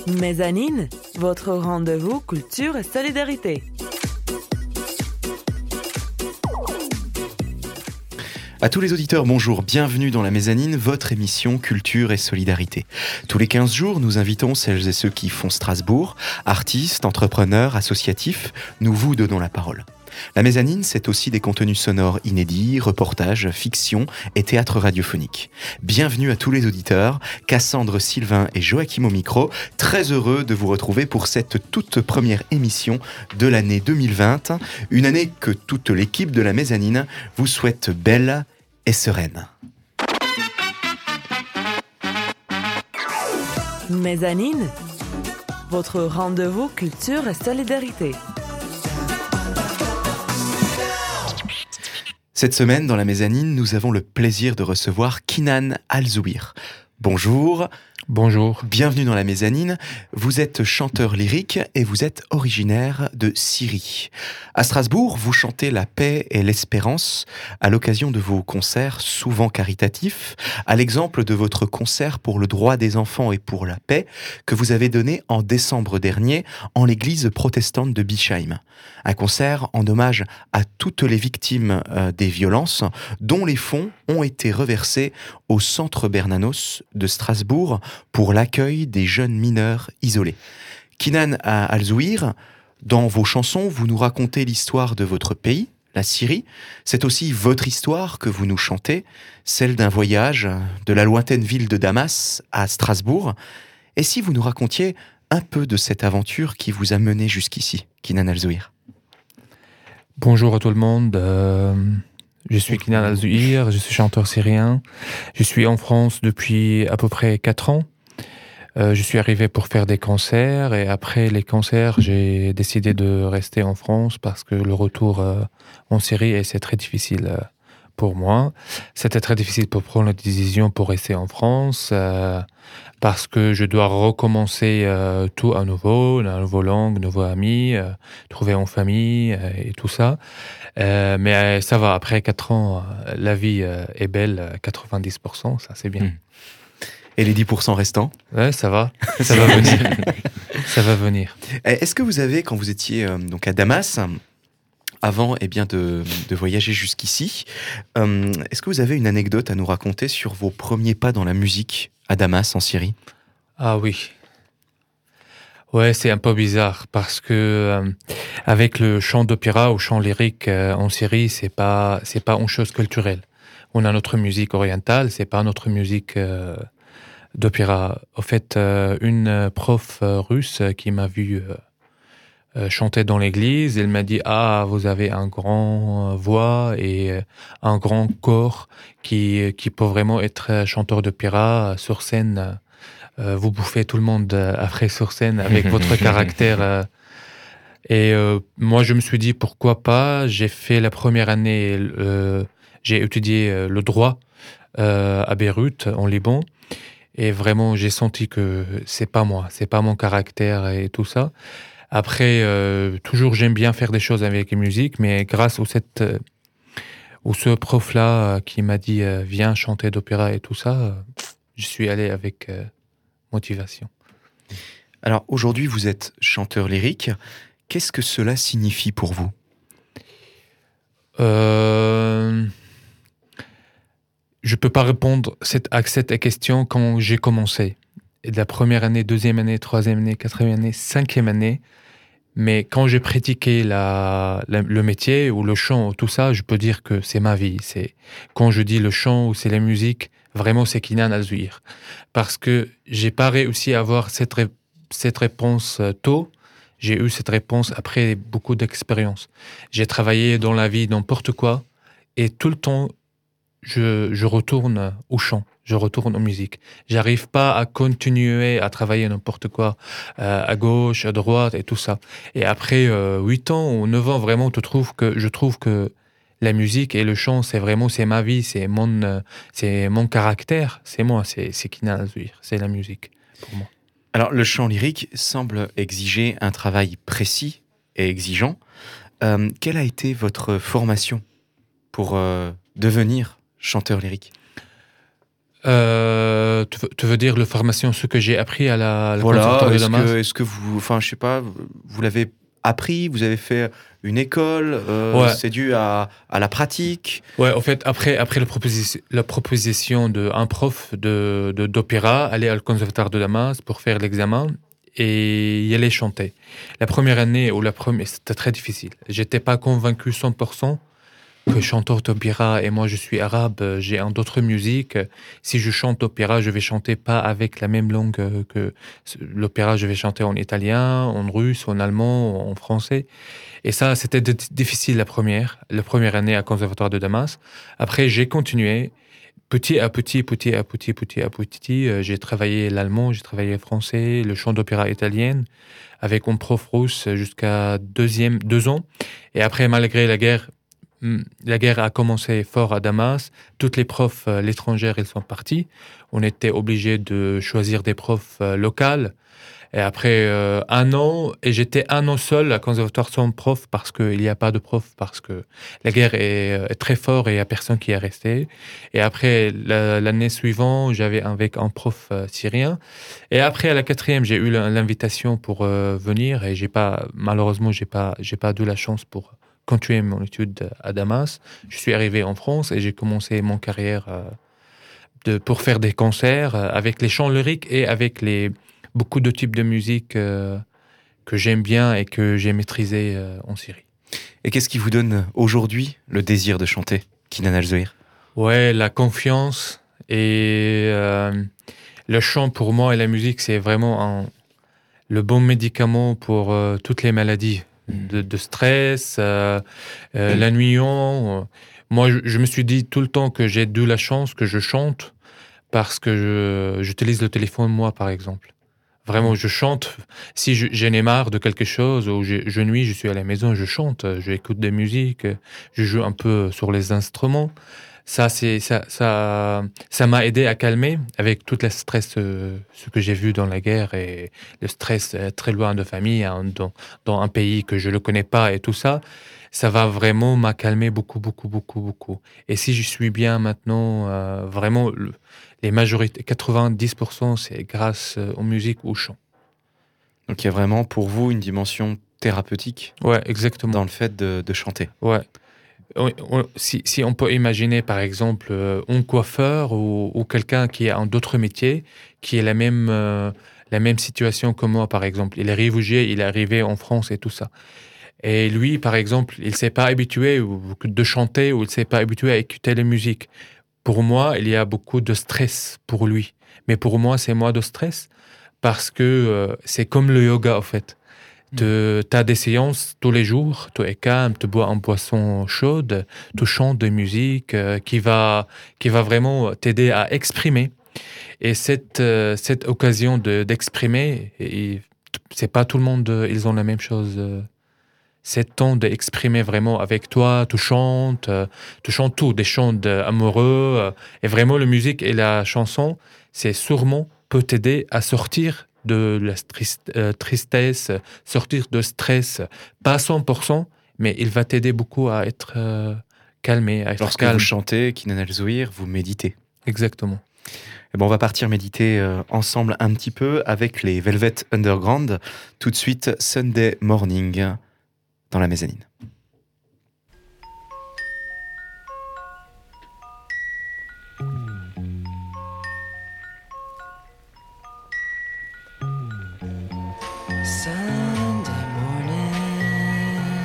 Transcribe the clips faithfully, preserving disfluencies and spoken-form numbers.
Mezzanine, votre rendez-vous culture et solidarité. À tous les auditeurs, bonjour, bienvenue dans la Mezzanine, votre émission Culture et Solidarité. Tous les quinze jours, nous invitons celles et ceux qui font Strasbourg, artistes, entrepreneurs, associatifs, nous vous donnons la parole. La Mezzanine, c'est aussi des contenus sonores inédits, reportages, fiction et théâtre radiophonique. Bienvenue à tous les auditeurs, Cassandre, Sylvain et Joachim au micro, très heureux de vous retrouver pour cette toute première émission de l'année deux mille vingt, une année que toute l'équipe de la Mezzanine vous souhaite belle et sereine. Mezzanine, votre rendez-vous culture et solidarité. Cette semaine, dans la Mezzanine, nous avons le plaisir de recevoir Kinan Alzouir. Bonjour. Bonjour. Bienvenue dans la Mezzanine. Vous êtes chanteur lyrique et vous êtes originaire de Syrie. À Strasbourg, vous chantez la paix et l'espérance à l'occasion de vos concerts souvent caritatifs, à l'exemple de votre concert pour le droit des enfants et pour la paix que vous avez donné en décembre dernier en l'église protestante de Bischheim. Un concert en hommage à toutes les victimes euh, des violences dont les fonds ont été reversés au Centre Bernanos de Strasbourg pour l'accueil des jeunes mineurs isolés. Kinan Alzouir, dans vos chansons, vous nous racontez l'histoire de votre pays, la Syrie. C'est aussi votre histoire que vous nous chantez, celle d'un voyage de la lointaine ville de Damas à Strasbourg. Et si vous nous racontiez un peu de cette aventure qui vous a mené jusqu'ici, Kinan Alzouir? Bonjour à tout le monde. Euh, je suis Kinan Alzouir, je suis chanteur syrien. Je suis en France depuis à peu près quatre ans. Euh, je suis arrivé pour faire des concerts et après les concerts, j'ai décidé de rester en France parce que le retour euh, en Syrie, et c'est très difficile euh, pour moi. C'était très difficile pour prendre la décision pour rester en France euh, parce que je dois recommencer euh, tout à nouveau, la nouvelle langue, nouveaux amis, euh, trouver en famille euh, et tout ça. Euh, mais euh, ça va, après quatre ans, euh, la vie euh, est belle, quatre-vingt-dix pour cent, ça c'est bien. Mmh. Et les dix pour cent restants? Ouais, ça va, ça va venir. Ça va venir. Est-ce que vous avez, quand vous étiez euh, donc à Damas, avant eh bien, de, de voyager jusqu'ici, euh, est-ce que vous avez une anecdote à nous raconter sur vos premiers pas dans la musique à Damas, en Syrie? Ah oui. Ouais, c'est un peu bizarre parce que euh, avec le chant d'opéra ou chant lyrique euh, en Syrie, c'est pas c'est pas une chose culturelle. On a notre musique orientale, c'est pas notre musique euh, d'opéra. En fait, euh, une prof euh, russe qui m'a vu euh, euh, chanter dans l'église, elle m'a dit « Ah, vous avez un grand euh, voix et euh, un grand corps qui, qui peut vraiment être chanteur d'opéra sur scène. Euh, vous bouffez tout le monde euh, après sur scène avec votre caractère. Euh. » Et euh, moi, je me suis dit « Pourquoi pas ?» J'ai fait la première année, euh, j'ai étudié euh, le droit euh, à Beyrouth, en Liban. Et vraiment, j'ai senti que c'est pas moi, c'est pas mon caractère et tout ça. Après, euh, toujours j'aime bien faire des choses avec la musique, mais grâce au cette, euh, au ce prof-là euh, qui m'a dit euh, viens chanter d'opéra et tout ça, euh, je suis allé avec euh, motivation. Alors aujourd'hui, vous êtes chanteur lyrique. Qu'est-ce que cela signifie pour vous? Euh... Je peux pas répondre cette, à cette question quand j'ai commencé. Et de la première année, deuxième année, troisième année, quatrième année, cinquième année. Mais quand j'ai pratiqué la, la, le métier ou le chant ou tout ça, je peux dire que c'est ma vie. C'est, quand je dis le chant ou c'est la musique, vraiment c'est Kinan Alzouir. Parce que j'ai pas réussi à avoir cette, ré, cette réponse tôt. J'ai eu cette réponse après beaucoup d'expérience. J'ai travaillé dans la vie n'importe quoi et tout le temps, Je, je retourne au chant, je retourne aux musiques. J'arrive pas à continuer à travailler n'importe quoi, euh, à gauche, à droite et tout ça. Et après euh, huit ans ou neuf ans, vraiment, tu trouves que, je trouve que la musique et le chant, c'est vraiment, c'est ma vie, c'est mon, euh, c'est mon caractère, c'est moi, c'est, c'est Kinan Alzouir, c'est la musique pour moi. Alors, le chant lyrique semble exiger un travail précis et exigeant. Euh, quelle a été votre formation pour euh, devenir chanteur lyrique? Euh, de toute tu, veux, tu veux dire la formation, ce que j'ai appris à la, à la Voilà, conservatoire de est-ce Damas? que, est-ce que vous, enfin, je sais pas, vous l'avez appris, vous avez fait une école, euh, Ouais. c'est dû à, à la pratique. Ouais, en fait, après, après la, proposition, la proposition d'un prof de, de, d'opéra, aller au conservatoire de Damas pour faire l'examen et y aller chanter. La première année, ou la première, c'était très difficile. J'étais pas convaincu cent pour cent que chanteur d'opéra, et moi je suis arabe, j'ai un d'autres musiques. Si je chante opéra, je vais chanter pas avec la même langue que l'opéra, je vais chanter en italien, en russe, en allemand, en français. Et ça, c'était d- difficile la première, la première année à Conservatoire de Damas. Après, j'ai continué. Petit à petit, petit à petit, petit à petit, euh, j'ai travaillé l'allemand, j'ai travaillé le français, le chant d'opéra italien, avec un prof russe jusqu'à deuxième, deux ans. Et après, malgré la guerre, la guerre a commencé fort à Damas. Toutes les profs, euh, l'étrangère, ils sont partis. On était obligé de choisir des profs euh, locales. Et après euh, un an, et j'étais un an seul à conservatoire sans prof parce qu'il n'y a pas de prof, parce que la guerre est, est très forte et il n'y a personne qui est resté. Et après, la, l'année suivante, j'avais avec un prof euh, syrien. Et après, à la quatrième, j'ai eu l'invitation pour euh, venir et j'ai pas, malheureusement, j'ai pas, j'ai pas eu la chance pour continuer mon étude à Damas. Je suis arrivé en France et j'ai commencé mon carrière euh, de, pour faire des concerts euh, avec les chants lyriques et avec les beaucoup de types de musique euh, que j'aime bien et que j'ai maîtrisé euh, en Syrie. Et qu'est-ce qui vous donne aujourd'hui le désir de chanter, Kinan Al-Zohir? Ouais, la confiance et euh, le chant pour moi et la musique, c'est vraiment un, le bon médicament pour euh, toutes les maladies de, de stress, euh, euh, l'ennuyant. Moi, je, je me suis dit tout le temps que j'ai de la chance que je chante parce que je, j'utilise le téléphone, moi, par exemple. Vraiment, je chante. Si je, j'en ai marre de quelque chose ou je, je nuis, je suis à la maison, je chante, j'écoute des musiques, je joue un peu sur les instruments. Ça, c'est, ça, ça, ça m'a aidé à calmer avec tout le stress, euh, ce que j'ai vu dans la guerre et le stress euh, très loin de famille, hein, dans, dans un pays que je ne connais pas et tout ça. Ça va vraiment m'a calmé beaucoup, beaucoup, beaucoup, beaucoup. Et si je suis bien maintenant, euh, vraiment, le, les majorités, quatre-vingt-dix pour cent, c'est grâce aux musiques ou au chant. Donc il y a vraiment pour vous une dimension thérapeutique. Ouais, exactement. Dans le fait de, de chanter. Ouais. Si, si on peut imaginer, par exemple, euh, un coiffeur ou, ou quelqu'un qui a un autre métier, qui est la même, euh, la même situation que moi, par exemple. Il est réfugié, il est arrivé en France et tout ça. Et lui, par exemple, il ne s'est pas habitué de chanter ou il ne s'est pas habitué à écouter la musique. Pour moi, il y a beaucoup de stress pour lui. Mais pour moi, c'est moins de stress parce que euh, c'est comme le yoga, en fait. Tu as des séances tous les jours, tu es calme, tu bois une boisson chaude, tu chantes de musique euh, qui, va, qui va vraiment t'aider à exprimer. Et cette, euh, cette occasion de, d'exprimer, et c'est pas tout le monde, euh, ils ont la même chose. Euh, c'est temps d'exprimer vraiment avec toi, tu chantes, euh, tu chantes tout, des chants amoureux. Euh, et vraiment, la musique et la chanson, c'est sûrement peut t'aider à sortir de la triste, euh, tristesse, sortir de stress, pas cent pour cent, mais il va t'aider beaucoup à être euh, calmé, à être Lorsque calme. vous chantez, Kinan Al-Zohir, vous méditez. Exactement. Et bon, on va partir méditer euh, ensemble un petit peu avec les Velvet Underground. Tout de suite, Sunday Morning dans la mezzanine. Sunday morning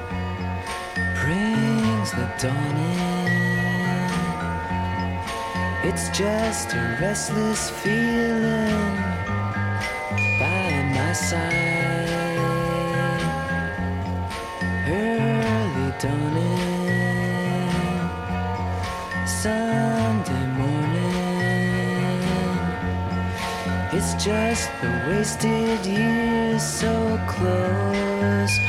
brings the dawn in. It's just a restless feeling by my side. Early dawning, Sunday morning. It's just the wasted years so close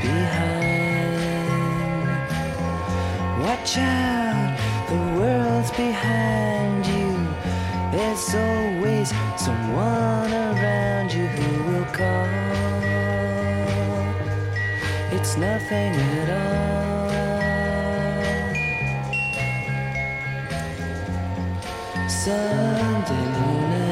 behind. Watch out, the world's behind you. There's always someone around you who will call. It's nothing at all. Sunday morning,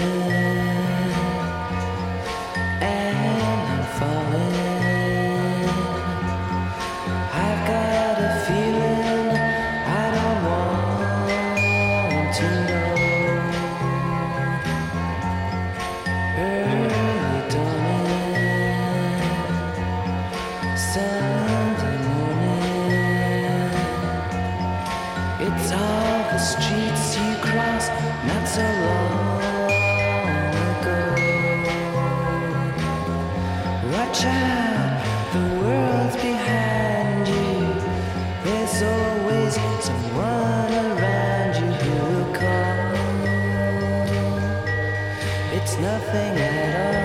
Watch out, the world's behind you. There's always someone around you who will call. It's nothing at all.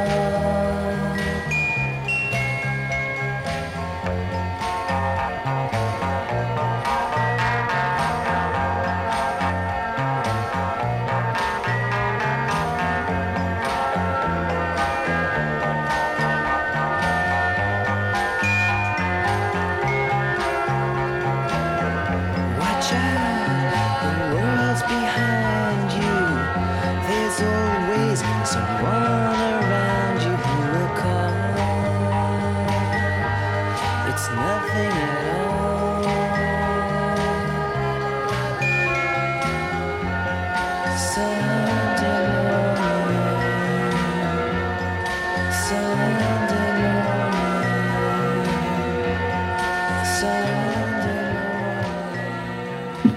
Watch out, the world's behind you. There's always someone around you who will call. It's nothing at all. Sunday morning, Sunday morning, Sunday morning.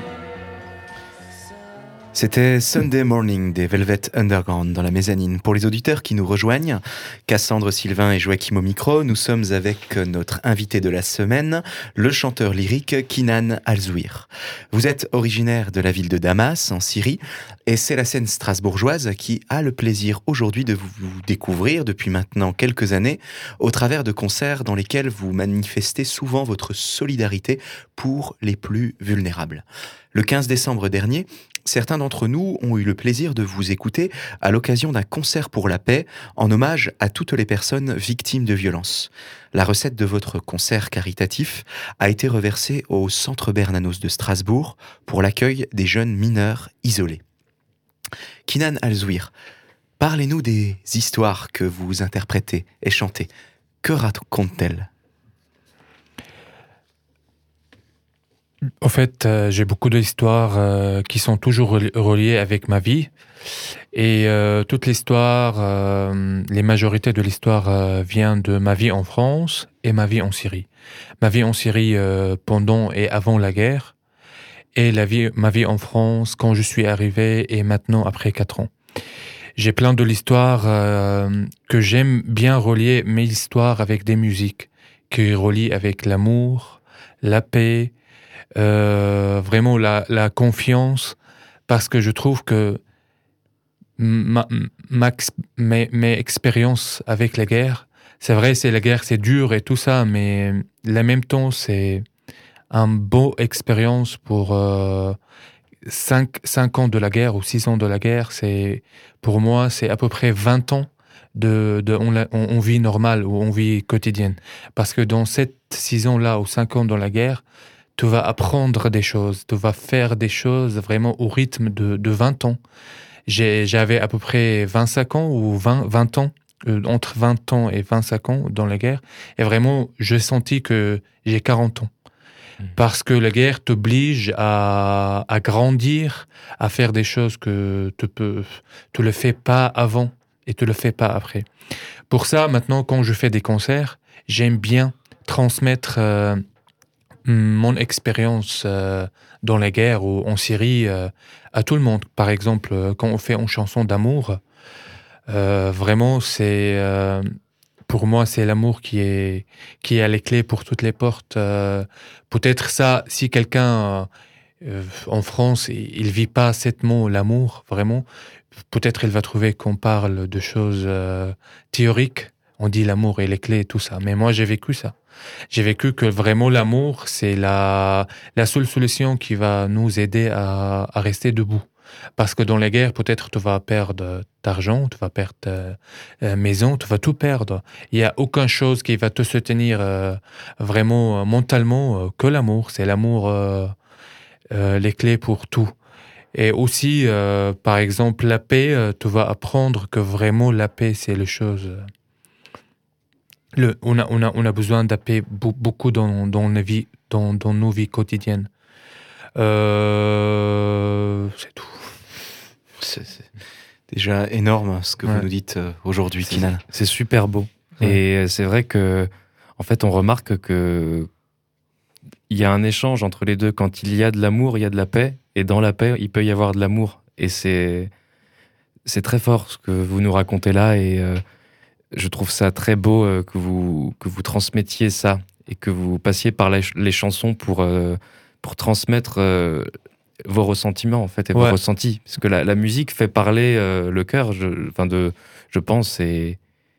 C'était Sunday Morning des Velvet Underground dans la mezzanine. Pour les auditeurs qui nous rejoignent, Cassandre Sylvain et Joachim au micro, nous sommes avec notre invité de la semaine, le chanteur lyrique Kinan Alzouir. Vous êtes originaire de la ville de Damas, en Syrie, et c'est la scène strasbourgeoise qui a le plaisir aujourd'hui de vous découvrir depuis maintenant quelques années au travers de concerts dans lesquels vous manifestez souvent votre solidarité pour les plus vulnérables. Le quinze décembre dernier, certains d'entre nous ont eu le plaisir de vous écouter à l'occasion d'un concert pour la paix en hommage à toutes les personnes victimes de violences. La recette de votre concert caritatif a été reversée au Centre Bernanos de Strasbourg pour l'accueil des jeunes mineurs isolés. Kinan Alzouir, parlez-nous des histoires que vous interprétez et chantez. Que racontent-elles ? En fait, euh, j'ai beaucoup d'histoires euh, qui sont toujours reli- reliées avec ma vie. Et euh, toute l'histoire, euh, les majorités de l'histoire euh, vient de ma vie en France et ma vie en Syrie. Ma vie en Syrie euh, pendant et avant la guerre, et la vie, ma vie en France quand je suis arrivé et maintenant après quatre ans. J'ai plein de l'histoire euh, que j'aime bien relier mes histoires avec des musiques qui relient avec l'amour, la paix, Euh, vraiment la, la confiance, parce que je trouve que ma, ma, mes, mes expériences avec la guerre, c'est vrai, c'est la guerre, c'est dur et tout ça, mais en même temps, c'est une bonne expérience pour euh, cinq, cinq ans de la guerre ou six ans de la guerre. C'est, pour moi, c'est à peu près vingt ans de, de on, on, on vie normale ou on vie quotidienne. Parce que dans ces six ans-là ou cinq ans dans la guerre, tu vas apprendre des choses, tu vas faire des choses vraiment au rythme de, de vingt ans. J'ai, j'avais à peu près vingt-cinq ans ou vingt, vingt ans, euh, entre vingt ans et vingt-cinq ans dans la guerre. Et vraiment, j'ai senti que j'ai quarante ans. Mmh. Parce que la guerre t'oblige à, à grandir, à faire des choses que tu peux, tu le fais pas avant et tu le fais pas après. Pour ça, maintenant, quand je fais des concerts, j'aime bien transmettre euh, mon expérience euh, dans la guerre ou en Syrie euh, à tout le monde. Par exemple, euh, quand on fait une chanson d'amour, euh, vraiment, c'est euh, pour moi, c'est l'amour qui est qui a les clés pour toutes les portes. Euh, peut-être ça, si quelqu'un euh, en France, il, il vit pas cette mot, l'amour, vraiment, peut-être il va trouver qu'on parle de choses euh, théoriques. On dit l'amour et les clés et tout ça. Mais moi, j'ai vécu ça. J'ai vécu que vraiment l'amour, c'est la, la seule solution qui va nous aider à, à rester debout. Parce que dans les guerres, peut-être tu vas perdre d'argent, tu vas perdre ta maison, tu vas tout perdre. Il n'y a aucune chose qui va te soutenir euh, vraiment euh, mentalement euh, que l'amour. C'est l'amour, euh, euh, les clés pour tout. Et aussi, euh, par exemple, la paix, euh, tu vas apprendre que vraiment la paix, c'est les choses... Euh, Le, on, a, on, a, on a besoin de la paix beaucoup dans, dans, nos vies, dans, dans nos vies quotidiennes. Euh, c'est tout. C'est, c'est déjà énorme ce que ouais. vous nous dites aujourd'hui, c'est, Kinan. C'est super beau. Ouais. Et c'est vrai que, en fait, on remarque que il y a un échange entre les deux. Quand il y a de l'amour, il y a de la paix. Et dans la paix, il peut y avoir de l'amour. Et c'est, c'est très fort ce que vous nous racontez là. Et... Euh, je trouve ça très beau euh, que, vous, que vous transmettiez ça et que vous passiez par la- les chansons pour, euh, pour transmettre euh, vos ressentiments en fait et Ouais. vos ressentis. Parce que la, la musique fait parler euh, le cœur, je, enfin de, je pense, et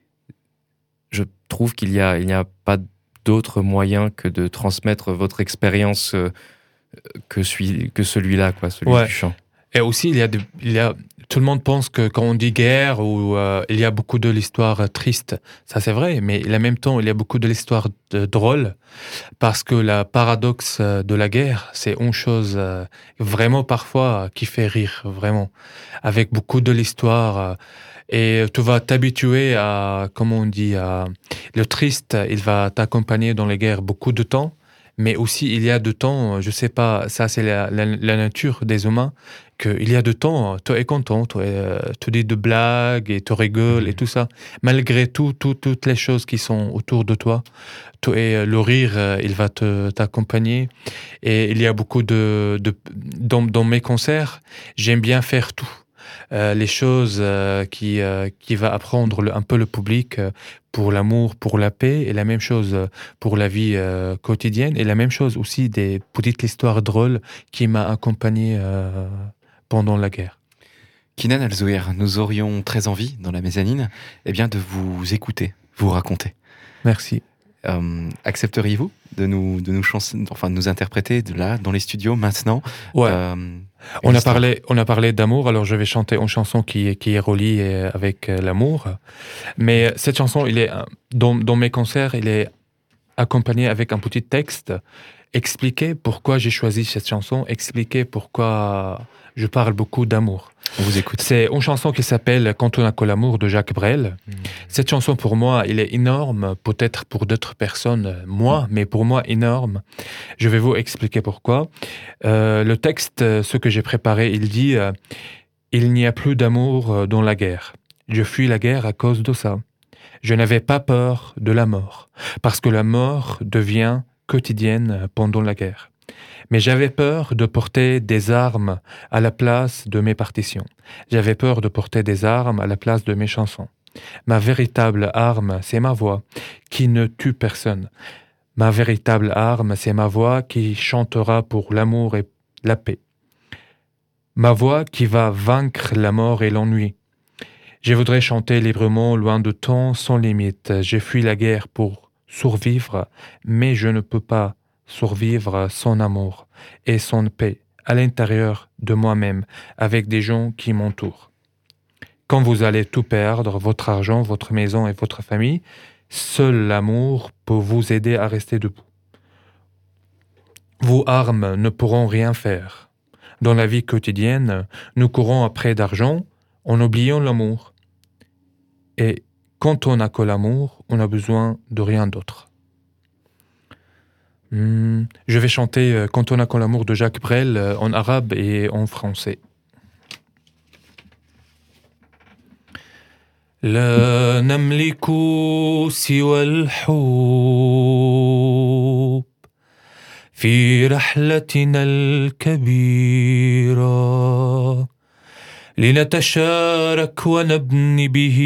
je trouve qu'il y a, il n'y a pas d'autre moyen que de transmettre votre expérience euh, que, celui, que celui-là, quoi, celui Ouais. du chant. Et aussi, il y a, des- il y a tout le monde pense que quand on dit guerre, ou euh, il y a beaucoup de l'histoire euh, triste, ça c'est vrai, mais en même temps, il y a beaucoup de l'histoire de- drôle, parce que le paradoxe euh, de la guerre, c'est une chose euh, vraiment parfois euh, qui fait rire, vraiment, avec beaucoup de l'histoire. euh, et tu vas t'habituer à, comment on dit, à, le triste, il va t'accompagner dans les guerres beaucoup de temps. Mais aussi, il y a de temps, je sais pas, ça c'est la, la, la nature des humains, qu'il y a de temps, tu es content, tu euh, tu dis de blagues et tu rigoles Mhm. et tout ça. Malgré tout, tout, toutes les choses qui sont autour de toi, tu es, le rire, euh, il va te, t'accompagner. Et il y a beaucoup de... de dans, dans mes concerts, j'aime bien faire tout. Euh, les choses euh, qui, euh, qui va apprendre le- un peu le public euh, pour l'amour, pour la paix, et la même chose euh, pour la vie euh, quotidienne, et la même chose aussi des petites histoires drôles qui m'a accompagné euh, pendant la guerre. Kinan Al-Zouir, nous aurions très envie, dans la mezzanine, eh bien, de vous écouter, vous raconter. Merci. Euh, accepteriez-vous de nous, de nous chanson, enfin, de nous interpréter de là, dans les studios, maintenant Ouais. euh, On une a histoire. parlé, on a parlé d'amour, alors je vais chanter une chanson qui, est- qui est reliée euh, avec euh, l'amour. Mais cette chanson, il est, euh, dans, dans mes concerts, il est accompagné avec un petit texte, expliquer pourquoi j'ai choisi cette chanson, expliquer pourquoi je parle beaucoup d'amour. On vous écoute. C'est une chanson qui s'appelle Quand on a que l'amour de Jacques Brel. Cette chanson, pour moi, elle est énorme, peut-être pour d'autres personnes, euh, moi, mais pour moi, énorme. Je vais vous expliquer pourquoi. Euh, le texte, euh, ce que j'ai préparé, il dit euh, il n'y a plus d'amour euh, dans la guerre. Je fuis la guerre à cause de ça. Je n'avais pas peur de la mort, parce que la mort devient quotidienne pendant la guerre. Mais j'avais peur de porter des armes à la place de mes partitions. J'avais peur de porter des armes à la place de mes chansons. Ma véritable arme, c'est ma voix, qui ne tue personne. Ma véritable arme, c'est ma voix qui chantera pour l'amour et la paix. Ma voix qui va vaincre la mort et l'ennui. Je voudrais chanter librement, loin de temps, sans limite. J'ai fui la guerre pour survivre, mais je ne peux pas survivre sans amour et sans paix à l'intérieur de moi-même, avec des gens qui m'entourent. Quand vous allez tout perdre, votre argent, votre maison et votre famille, seul l'amour peut vous aider à rester debout. Vos armes ne pourront rien faire. Dans la vie quotidienne, nous courons après d'argent en oubliant l'amour. Et quand on n'a que l'amour, on a besoin de rien d'autre. Hmm, je vais chanter euh, Quand on a que l'amour de Jacques Brel euh, en arabe et en français. لا نملك سوى الحب في رحلتنا الكبيرة لنتشارك ونبني به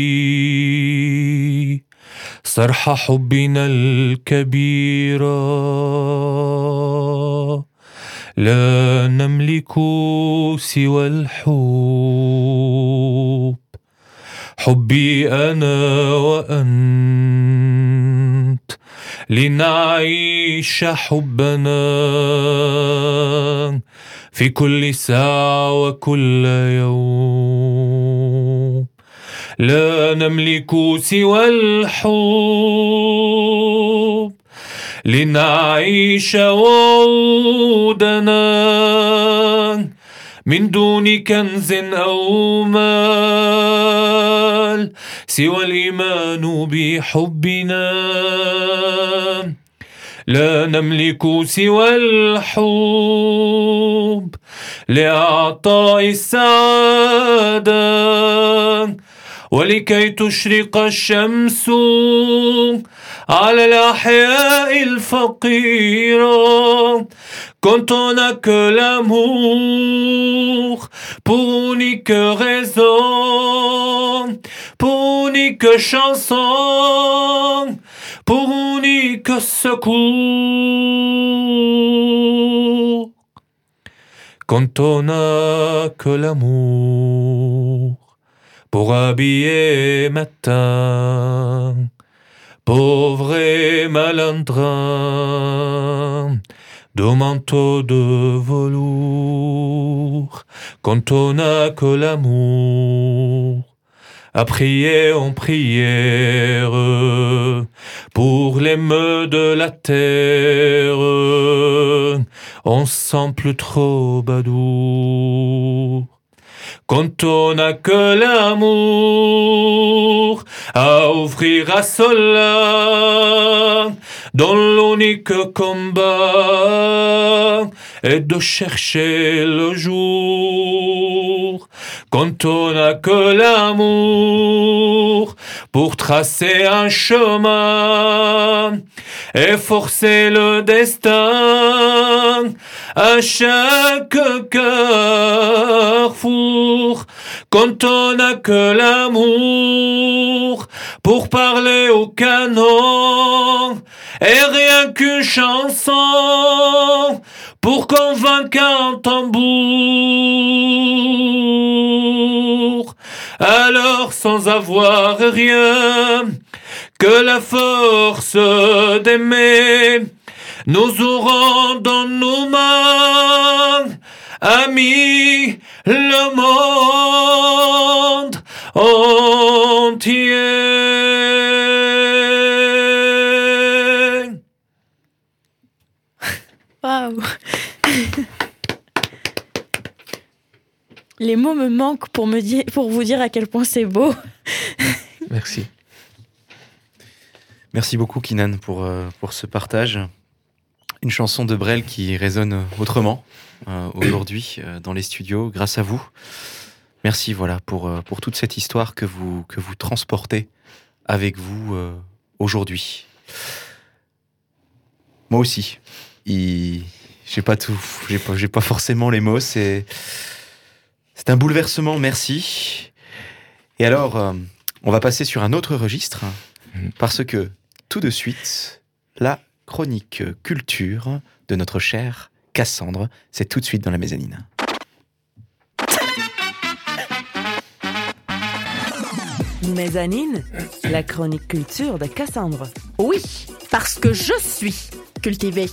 صرح حبنا الكبيرة لا نملك سوى الحب حبي أنا وأنت لنعيش حبنا في كل ساعة وكل يوم لا نملك سوى الحب لنعيش وعودنا من دون كنز أو مال سوى الإيمان بحبنا لا نملك سوى الحب لإعطاء السعادة ولكي تشرق الشمس على الأحياء الفقيرة. Quand on n'a que l'amour pour unique raison, pour unique chanson, pour unique secours. Quand on n'a que l'amour pour habiller matin, pauvre et malandrin, de manteau de velours. Quand on n'a que l'amour à prier en prière pour les meux de la terre, on se sent plus trop badour. Quand on n'a que l'amour à offrir à cela, dont l'unique combat est de chercher le jour. Quand on n'a que l'amour pour tracer un chemin et forcer le destin à chaque carrefour. Quand on n'a que l'amour pour parler au canon et rien qu'une chanson pour convaincre un tambour. Alors sans avoir rien que la force d'aimer, nous aurons dans nos mains, amis, le monde entier. Waouh. Les mots me manquent pour, me dire, pour vous dire à quel point c'est beau. Merci. Merci beaucoup, Kinan, pour, euh, pour ce partage. Une chanson de Brel qui résonne autrement euh, aujourd'hui euh, dans les studios, grâce à vous. Merci voilà, pour, euh, pour toute cette histoire que vous, que vous transportez avec vous euh, aujourd'hui. Moi aussi. Il... J'ai pas tout, j'ai pas, j'ai pas forcément les mots. C'est, c'est un bouleversement. Merci. Et alors, euh, on va passer sur un autre registre parce que tout de suite, la chronique culture de notre chère Cassandre, c'est tout de suite dans la mezzanine. Mezzanine, la chronique culture de Cassandre. Oui, parce que je suis cultivée.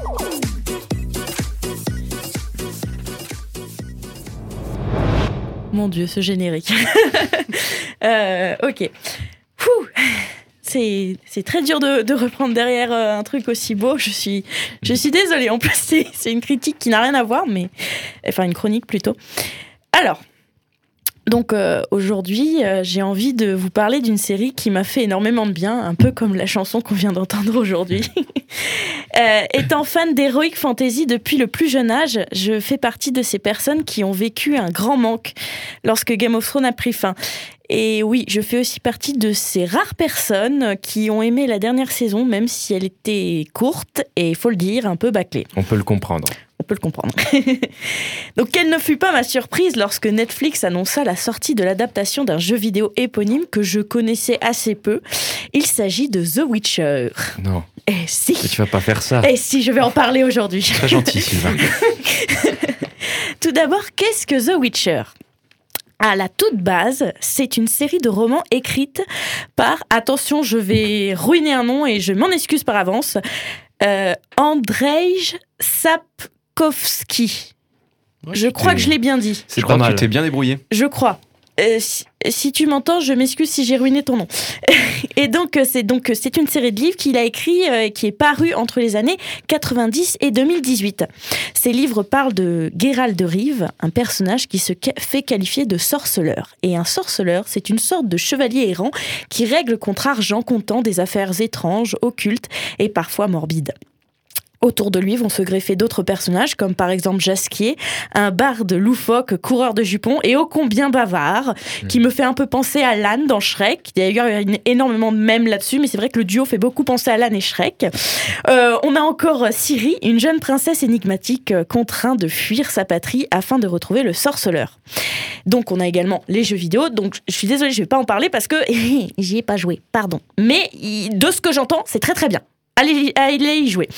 Mon Dieu, ce générique. euh, ok. Fouh. C'est, c'est très dur de, de reprendre derrière un truc aussi beau. Je suis, je suis désolée. En plus, c'est, c'est une critique qui n'a rien à voir, mais... Enfin, une chronique plutôt. Alors... Donc euh, aujourd'hui, euh, j'ai envie de vous parler d'une série qui m'a fait énormément de bien, un peu comme la chanson qu'on vient d'entendre aujourd'hui. euh, étant fan d'Heroic Fantasy depuis le plus jeune âge, je fais partie de ces personnes qui ont vécu un grand manque lorsque Game of Thrones a pris fin. Et oui, je fais aussi partie de ces rares personnes qui ont aimé la dernière saison, même si elle était courte et, il faut le dire, un peu bâclée. On peut le comprendre. On peut le comprendre. Donc, quelle ne fut pas ma surprise lorsque Netflix annonça la sortie de l'adaptation d'un jeu vidéo éponyme que je connaissais assez peu. Il s'agit de The Witcher. Non. Eh si. Mais tu vas pas faire ça. Eh si, je vais en parler aujourd'hui. Très gentil, Sylvain. Tout d'abord, qu'est-ce que The Witcher ? À la toute base, c'est une série de romans écrite par, attention, je vais ruiner un nom et je m'en excuse par avance, euh, Andrzej Sapkowski. Ouais, je crois que je l'ai bien dit. C'est pas pas mal. mal. Tu t'es bien débrouillé. Je crois. Euh, si, si tu m'entends, je m'excuse si j'ai ruiné ton nom. Et donc, c'est, donc, c'est une série de livres qu'il a écrit et euh, qui est parue entre les années quatre-vingt-dix et deux mille dix-huit. Ces livres parlent de Geralt de Rive, un personnage qui se ca- fait qualifier de sorceleur. Et un sorceleur, c'est une sorte de chevalier errant qui règle contre argent comptant des affaires étranges, occultes et parfois morbides. Autour de lui vont se greffer d'autres personnages, comme par exemple Jasquier, un barde loufoque, coureur de jupons et ô combien bavard, mmh. qui me fait un peu penser à Lan dans Shrek. D'ailleurs, il y a une, énormément de mèmes là-dessus, mais c'est vrai que le duo fait beaucoup penser à Lan et Shrek. Euh, on a encore Ciri, une jeune princesse énigmatique euh, contrainte de fuir sa patrie afin de retrouver le sorceleur. Donc, on a également les jeux vidéo. Donc, je suis désolée, je ne vais pas en parler parce que j'y ai pas joué, pardon. Mais de ce que j'entends, c'est très très bien. Allez, allez y jouer.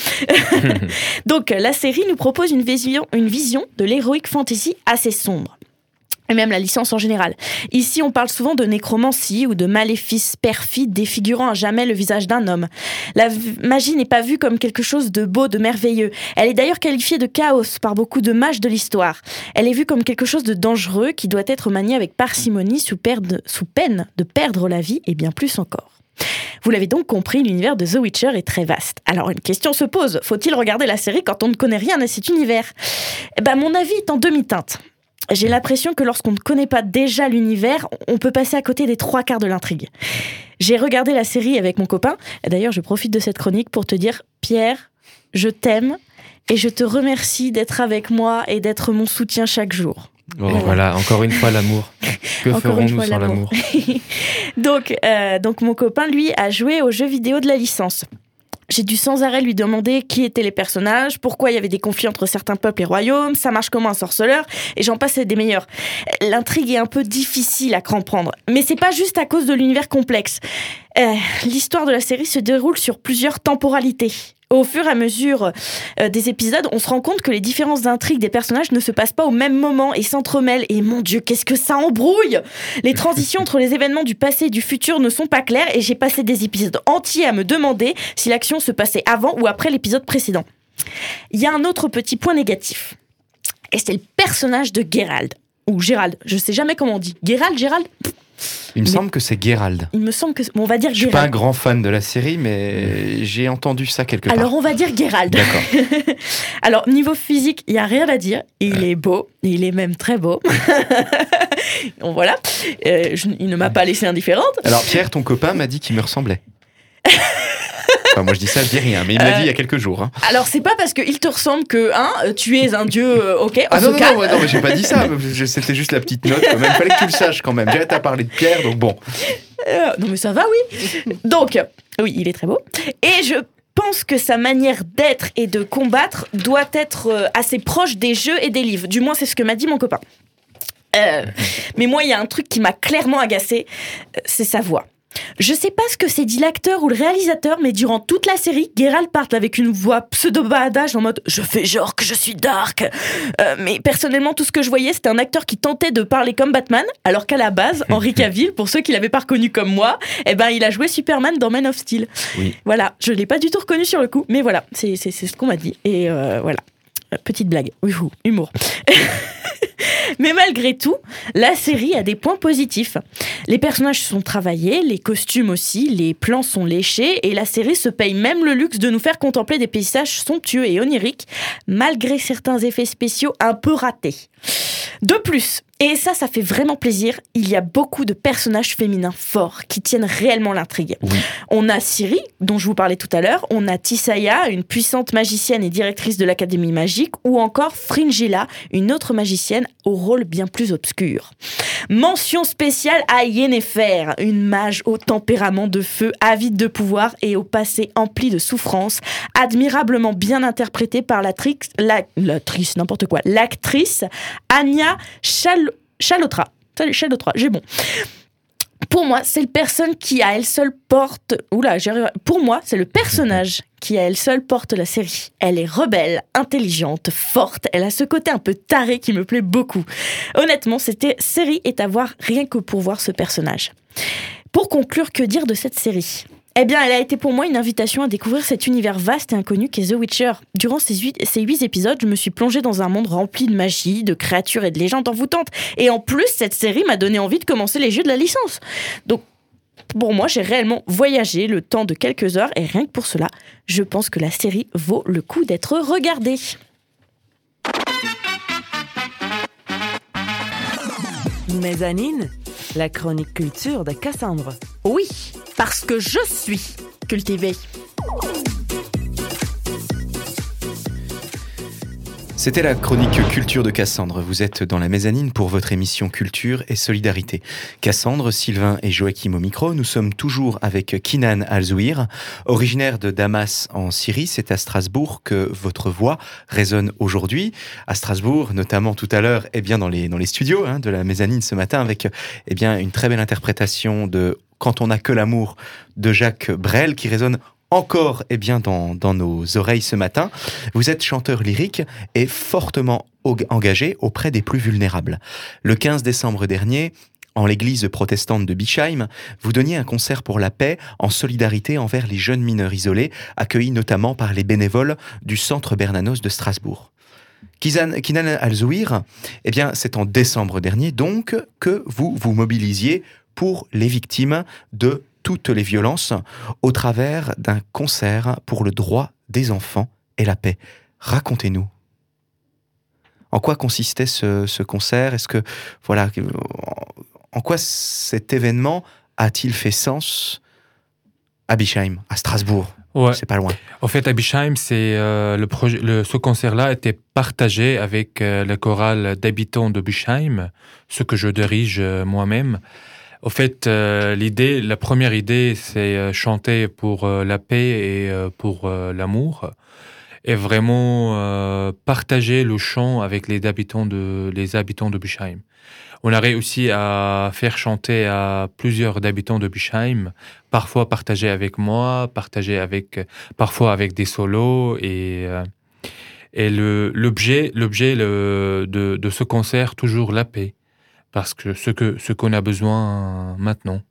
Donc, la série nous propose une vision, une vision de l'heroic fantasy assez sombre. Et même la licence en général. Ici, on parle souvent de nécromancie ou de maléfices perfides défigurant à jamais le visage d'un homme. La v- magie n'est pas vue comme quelque chose de beau, de merveilleux. Elle est d'ailleurs qualifiée de chaos par beaucoup de mages de l'histoire. Elle est vue comme quelque chose de dangereux qui doit être manié avec parcimonie sous, perde, sous peine de perdre la vie et bien plus encore. Vous l'avez donc compris, l'univers de The Witcher est très vaste. Alors une question se pose, faut-il regarder la série quand on ne connaît rien à cet univers ? Eh ben, mon avis est en demi-teinte. J'ai l'impression que lorsqu'on ne connaît pas déjà l'univers, on peut passer à côté des trois quarts de l'intrigue. J'ai regardé la série avec mon copain, et d'ailleurs je profite de cette chronique pour te dire, Pierre, je t'aime et je te remercie d'être avec moi et d'être mon soutien chaque jour. Oh, voilà. voilà, encore une fois l'amour. Que Encore ferons-nous sans l'amour, l'amour donc, euh, donc mon copain, lui, a joué aux jeux vidéo de la licence. J'ai dû sans arrêt lui demander qui étaient les personnages, pourquoi il y avait des conflits entre certains peuples et royaumes, ça marche comment un sorceleur, et j'en passe des meilleurs. L'intrigue est un peu difficile à comprendre, mais c'est pas juste à cause de l'univers complexe. Euh, l'histoire de la série se déroule sur plusieurs temporalités. Au fur et à mesure euh, des épisodes, on se rend compte que les différences d'intrigue des personnages ne se passent pas au même moment et s'entremêlent. Et mon Dieu, qu'est-ce que ça embrouille ! Les transitions entre les événements du passé et du futur ne sont pas claires et j'ai passé des épisodes entiers à me demander si l'action se passait avant ou après l'épisode précédent. Il y a un autre petit point négatif. Et c'est le personnage de Geralt. Ou Gérald, je sais jamais comment on dit. Geralt, Gérald ? Il me mais semble que c'est Geralt. Il me semble que... Bon, on va dire Je suis Geralt. pas un grand fan de la série, mais j'ai entendu ça quelque part. Alors, on va dire Geralt. D'accord. Alors, niveau physique, il n'y a rien à dire. Il est beau. Il est même très beau. Bon, voilà. Euh, je- il ne m'a pas laissé indifférente. Alors Pierre, ton copain, m'a dit qu'il me ressemblait. Enfin, moi je dis ça, je dis rien, mais il me l'a Euh, dit il y a quelques jours. hein. Alors, c'est pas parce qu'il te ressemble que, hein, tu es un dieu, euh, ok, on Ah se non, non, calme. non, ouais, non, mais j'ai pas dit ça, je- c'était juste la petite note quand même. Fallait que tu le saches quand même. J'ai hâte à parler de Pierre, donc bon. Euh, non, mais ça va, oui. Donc, oui, il est très beau. Et je pense que sa manière d'être et de combattre doit être euh, assez proche des jeux et des livres. Du moins, c'est ce que m'a dit mon copain. Euh, mais moi, il y a un truc qui m'a clairement agacé, euh, c'est sa voix. Je sais pas ce que c'est dit l'acteur ou le réalisateur, mais durant toute la série, Geralt parle avec une voix pseudo-badage en mode « je fais genre que je suis dark euh, ». Mais personnellement, tout ce que je voyais, c'était un acteur qui tentait de parler comme Batman, alors qu'à la base, Henry Cavill, pour ceux qui l'avaient pas reconnu comme moi, eh ben, il a joué Superman dans Man of Steel. Oui. Voilà, je l'ai pas du tout reconnu sur le coup, mais voilà, c'est, c'est, c'est ce qu'on m'a dit. Et euh, voilà, Euh, petite blague, Ouhou, humour. Mais malgré tout, la série a des points positifs. Les personnages sont travaillés, les costumes aussi, les plans sont léchés et la série se paye même le luxe de nous faire contempler des paysages somptueux et oniriques, malgré certains effets spéciaux un peu ratés. De plus, et ça, ça fait vraiment plaisir, il y a beaucoup de personnages féminins forts qui tiennent réellement l'intrigue. Oui. On a Ciri, dont je vous parlais tout à l'heure, on a Tissaia, une puissante magicienne et directrice de l'Académie magique, ou encore Fringilla, une autre magicienne au rôle bien plus obscur. Mention spéciale à Yennefer, une mage au tempérament de feu, avide de pouvoir et au passé empli de souffrance, admirablement bien interprétée par l'actrice, la, l'actrice, n'importe quoi, l'actrice Anya Chal- Chalotra. Salut, Chalotra, j'ai bon. Pour moi, c'est le personne qui à elle seule porte. Oula, j'ai... pour moi, c'est le personnage qui à elle seule porte la série. Elle est rebelle, intelligente, forte. Elle a ce côté un peu taré qui me plaît beaucoup. Honnêtement, cette série est à voir rien que pour voir ce personnage. Pour conclure, que dire de cette série ? Eh bien, elle a été pour moi une invitation à découvrir cet univers vaste et inconnu qu'est The Witcher. Durant ces huit, ces huit épisodes, je me suis plongée dans un monde rempli de magie, de créatures et de légendes envoûtantes. Et en plus, cette série m'a donné envie de commencer les jeux de la licence. Donc, pour moi, j'ai réellement voyagé le temps de quelques heures et rien que pour cela, je pense que la série vaut le coup d'être regardée. Mezzanine, la chronique culture de Cassandre. Oui, parce que je suis cultivée. C'était la chronique Culture de Cassandre. Vous êtes dans la mezzanine pour votre émission Culture et Solidarité. Cassandre, Sylvain et Joachim au micro. Nous sommes toujours avec Kinan Alzouir, originaire de Damas en Syrie. C'est à Strasbourg que votre voix résonne aujourd'hui. À Strasbourg, notamment tout à l'heure, eh bien dans les dans les studios hein, de la mezzanine ce matin, avec eh bien une très belle interprétation de Quand on n'a que l'amour de Jacques Brel qui résonne encore eh bien, dans, dans nos oreilles ce matin. Vous êtes chanteur lyrique et fortement engagé auprès des plus vulnérables. Le quinze décembre dernier, en l'église protestante de Bischheim, vous donniez un concert pour la paix en solidarité envers les jeunes mineurs isolés, accueillis notamment par les bénévoles du Centre Bernanos de Strasbourg. Kizan, Kinan Alzouir, eh bien, c'est en décembre dernier donc que vous vous mobilisiez pour les victimes de toutes les violences au travers d'un concert pour le droit des enfants et la paix. Racontez-nous. En quoi consistait ce, ce concert ? Est-ce que, voilà, en quoi cet événement a-t-il fait sens à Bischheim, à Strasbourg ? Ouais. C'est pas loin. En fait, à Bischheim, c'est euh, le projet, le, ce concert-là était partagé avec euh, le choral d'habitants de Bischheim, ce que je dirige euh, moi-même. Au fait, euh, l'idée, la première idée, c'est euh, chanter pour euh, la paix et euh, pour euh, l'amour, et vraiment euh, partager le chant avec les habitants de les habitants de Bischheim. On a réussi à faire chanter à plusieurs habitants de Bischheim, parfois partagés avec moi, partagés avec parfois avec des solos et euh, et le l'objet l'objet le, de de ce concert toujours la paix. Parce que ce que ce qu'on a besoin maintenant.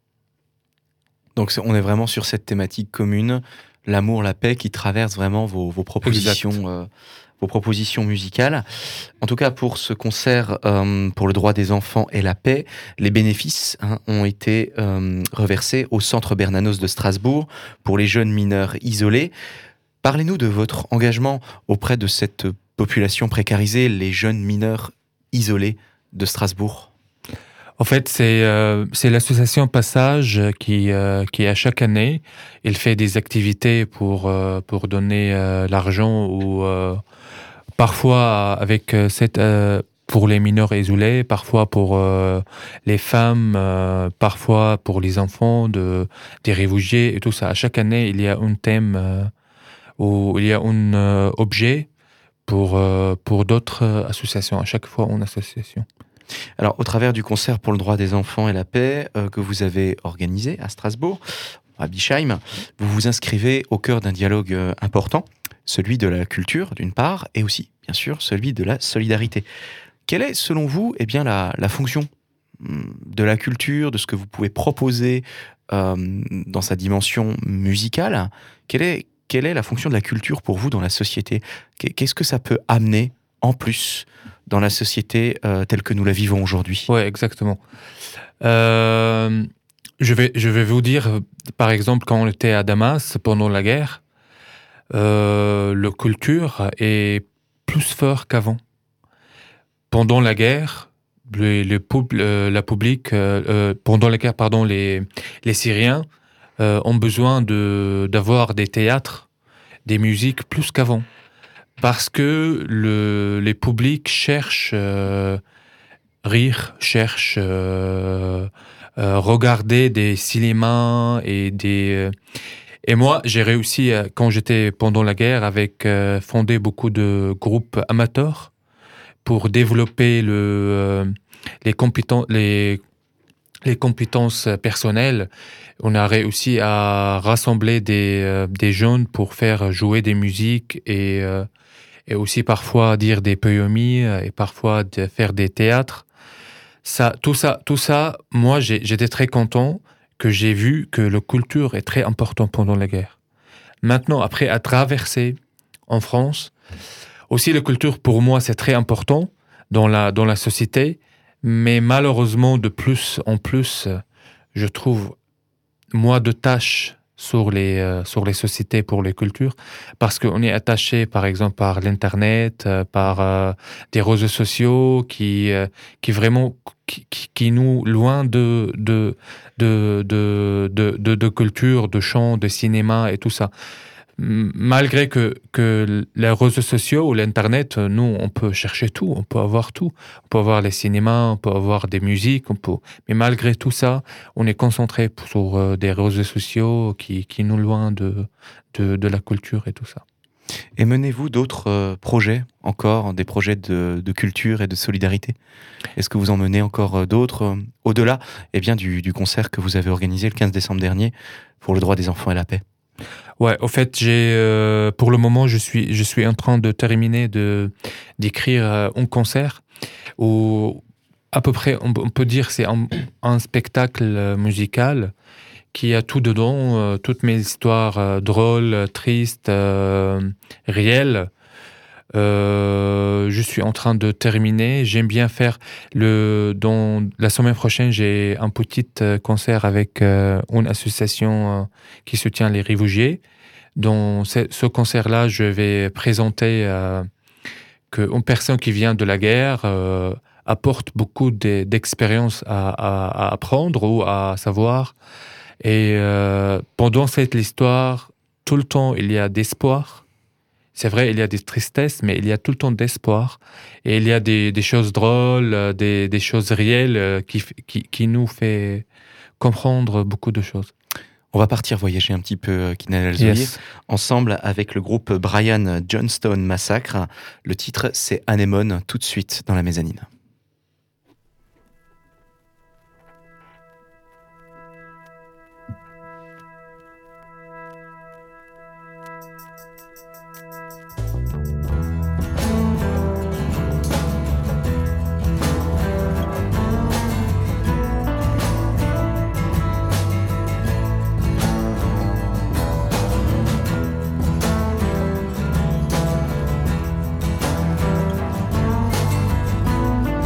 Donc on est vraiment sur cette thématique commune, l'amour, la paix, qui traverse vraiment vos, vos propositions, euh, vos propositions musicales. En tout cas, pour ce concert euh, pour le droit des enfants et la paix, les bénéfices hein, ont été euh, reversés au Centre Bernanos de Strasbourg pour les jeunes mineurs isolés. Parlez-nous de votre engagement auprès de cette population précarisée, les jeunes mineurs isolés de Strasbourg. En fait, c'est euh, c'est l'association Passage qui euh, qui à chaque année, il fait des activités pour euh, pour donner euh, l'argent ou euh, parfois avec euh, cette euh, pour les mineurs isolés, parfois pour euh, les femmes, euh, parfois pour les enfants de des réfugiés et tout ça. À chaque année, il y a un thème euh, où il y a un euh, objet pour euh, pour d'autres associations. À chaque fois, une association. Alors, au travers du concert pour le droit des enfants et la paix euh, que vous avez organisé à Strasbourg, à Bischheim, vous vous inscrivez au cœur d'un dialogue euh, important, celui de la culture d'une part, et aussi, bien sûr, celui de la solidarité. Quelle est, selon vous, eh bien, la, la fonction de la culture, de ce que vous pouvez proposer euh, dans sa dimension musicale ? Quelle est, quelle est la fonction de la culture pour vous dans la société ? Qu'est-ce que ça peut amener en plus dans la société euh, telle que nous la vivons aujourd'hui ? Ouais, exactement. Euh, je vais, je vais vous dire, par exemple, quand on était à Damas pendant la guerre, euh, la culture est plus fort qu'avant. Pendant la guerre, les, les pub, euh, la public, euh, euh, pendant la guerre, pardon, les, les Syriens euh, ont besoin de d'avoir des théâtres, des musiques plus qu'avant. Parce que le, les publics cherchent euh, rire, cherchent euh, euh, regarder des cinémas et des... Et moi, j'ai réussi, quand j'étais pendant la guerre, avec euh, fonder beaucoup de groupes amateurs pour développer le, euh, les, compétences, les, les compétences personnelles. On a réussi à rassembler des, euh, des jeunes pour faire jouer des musiques et... Euh, et aussi parfois dire des poémies et parfois de faire des théâtres. Ça, tout ça, tout ça, moi, j'ai, j'étais très content que j'ai vu que la culture est très importante pendant la guerre. Maintenant, après, à traverser en France, aussi la culture, pour moi, c'est très important dans la, dans la société, mais malheureusement, de plus en plus, je trouve, moi, de tâches sur les euh, sur les sociétés pour les cultures parce qu'on est attaché par exemple par l'internet euh, par euh, des réseaux sociaux qui euh, qui vraiment qui, qui nous loin de de de de de de, de culture de chant de cinéma et tout ça. m- malgré que, que les réseaux sociaux ou l'Internet, euh, nous, on peut chercher tout, on peut avoir tout. On peut avoir les cinémas, on peut avoir des musiques, on peut... mais malgré tout ça, on est concentré sur euh, des réseaux sociaux qui, qui nous loin de, de, de la culture et tout ça. Et menez-vous d'autres euh, projets encore, des projets de, de culture et de solidarité? Est-ce que vous en menez encore euh, d'autres, euh, au-delà eh bien, du, du concert que vous avez organisé le quinze décembre dernier pour le droit des enfants et la paix? Ouais, au fait, j'ai euh, pour le moment, je suis je suis en train de terminer de d'écrire euh, un concert où à peu près on, on peut dire c'est un, un spectacle euh, musical qui a tout dedans, euh, toutes mes histoires euh, drôles, tristes, euh, réelles. Euh, je suis en train de terminer. J'aime bien faire le. Dans la semaine prochaine, j'ai un petit euh, concert avec euh, une association euh, qui soutient les réfugiés. Dans ce, ce concert-là, je vais présenter euh, qu'une personne qui vient de la guerre euh, apporte beaucoup de, d'expérience à, à, à apprendre ou à savoir. Et euh, pendant cette histoire, tout le temps, il y a d'espoir. C'est vrai, il y a des tristesses, mais il y a tout le temps d'espoir. Et il y a des, des choses drôles, des, des choses réelles qui, qui, qui nous fait comprendre beaucoup de choses. On va partir voyager un petit peu, Kinal El-Zoulier, Yes. ensemble avec le groupe Brian Johnstone Massacre. Le titre, c'est Anémone, tout de suite dans la mezzanine. Anémone,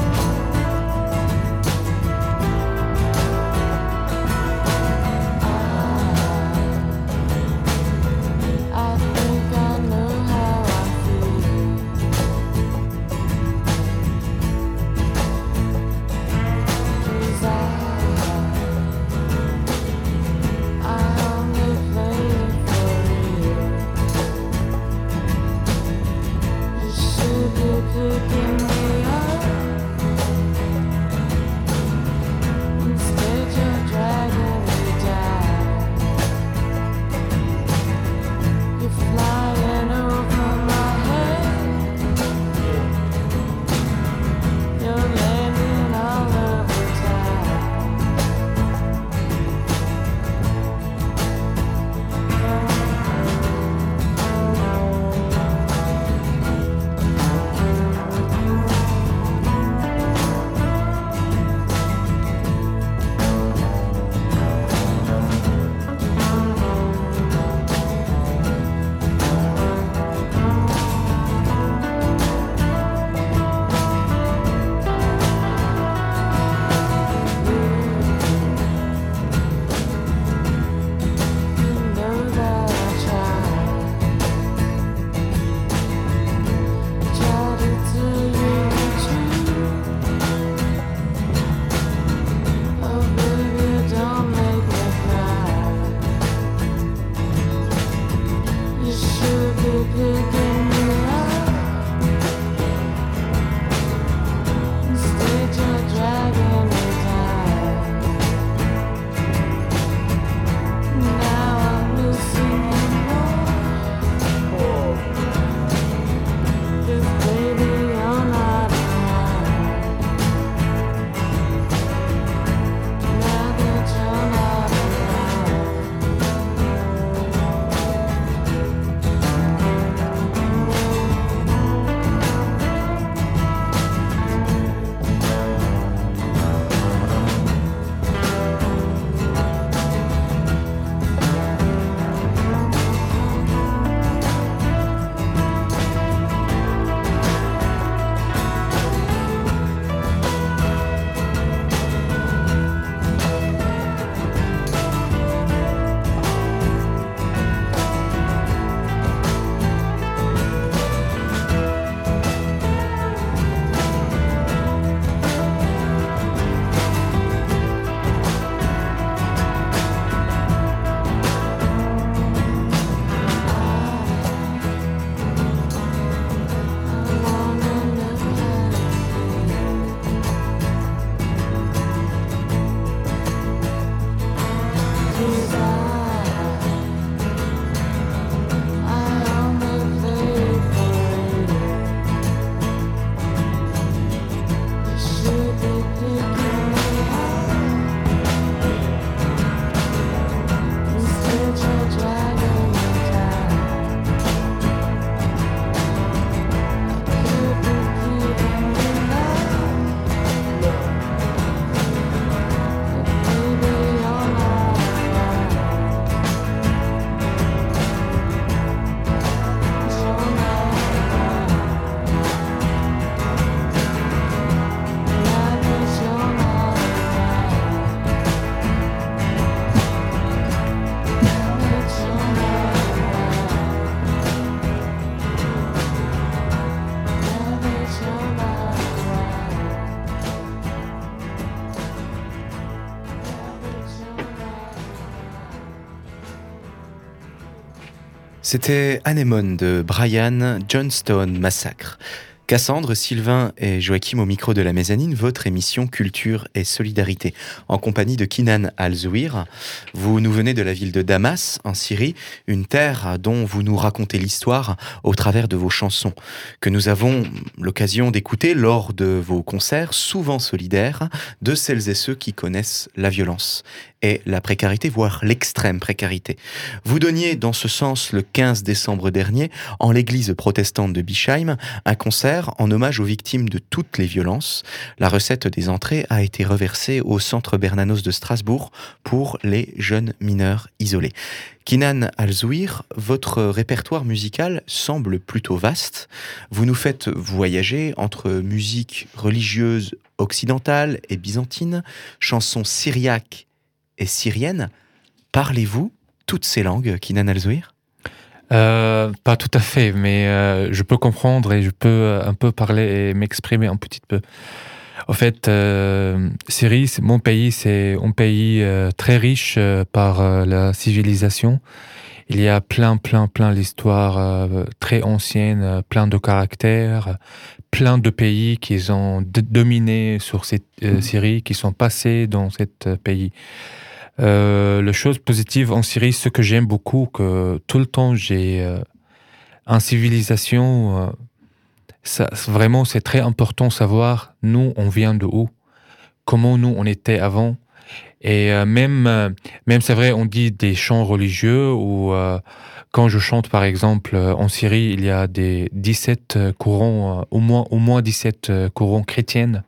C'était Anémone de Brian Johnstone Massacre. Cassandre, Sylvain et Joachim au micro de la mezzanine, votre émission Culture et Solidarité. En compagnie de Kinan Al-Zouir, vous nous venez de la ville de Damas, en Syrie, une terre dont vous nous racontez l'histoire au travers de vos chansons, que nous avons l'occasion d'écouter lors de vos concerts, souvent solidaires, de celles et ceux qui connaissent la violence et la précarité, voire l'extrême précarité. Vous donniez dans ce sens le quinze décembre dernier, en l'église protestante de Bischheim, un concert en hommage aux victimes de toutes les violences. La recette des entrées a été reversée au Centre Bernanos de Strasbourg pour les jeunes mineurs isolés. Kinan Al-Zouir, votre répertoire musical semble plutôt vaste. Vous nous faites voyager entre musique religieuse occidentale et byzantine, chansons syriaques et syriennes. Parlez-vous toutes ces langues, Kinan Al-Zouir ? Euh, pas tout à fait, mais euh, je peux comprendre et je peux euh, un peu parler et m'exprimer un petit peu. En fait, euh, Syrie, c'est mon pays, c'est un pays euh, très riche euh, par euh, la civilisation. Il y a plein, plein, plein d'histoires euh, très anciennes, euh, plein de caractères, plein de pays qui ont d- dominé sur cette euh, Syrie, qui sont passés dans cet euh, pays. Euh, la chose positive en Syrie, ce que j'aime beaucoup, que tout le temps j'ai euh, en civilisation, euh, ça, vraiment c'est très important de savoir nous on vient de où, comment nous on était avant, et euh, même euh, même c'est vrai on dit des chants religieux ou euh, quand je chante par exemple euh, en Syrie il y a des dix-sept euh, courants, euh, au moins au moins dix-sept euh, courants chrétiennes.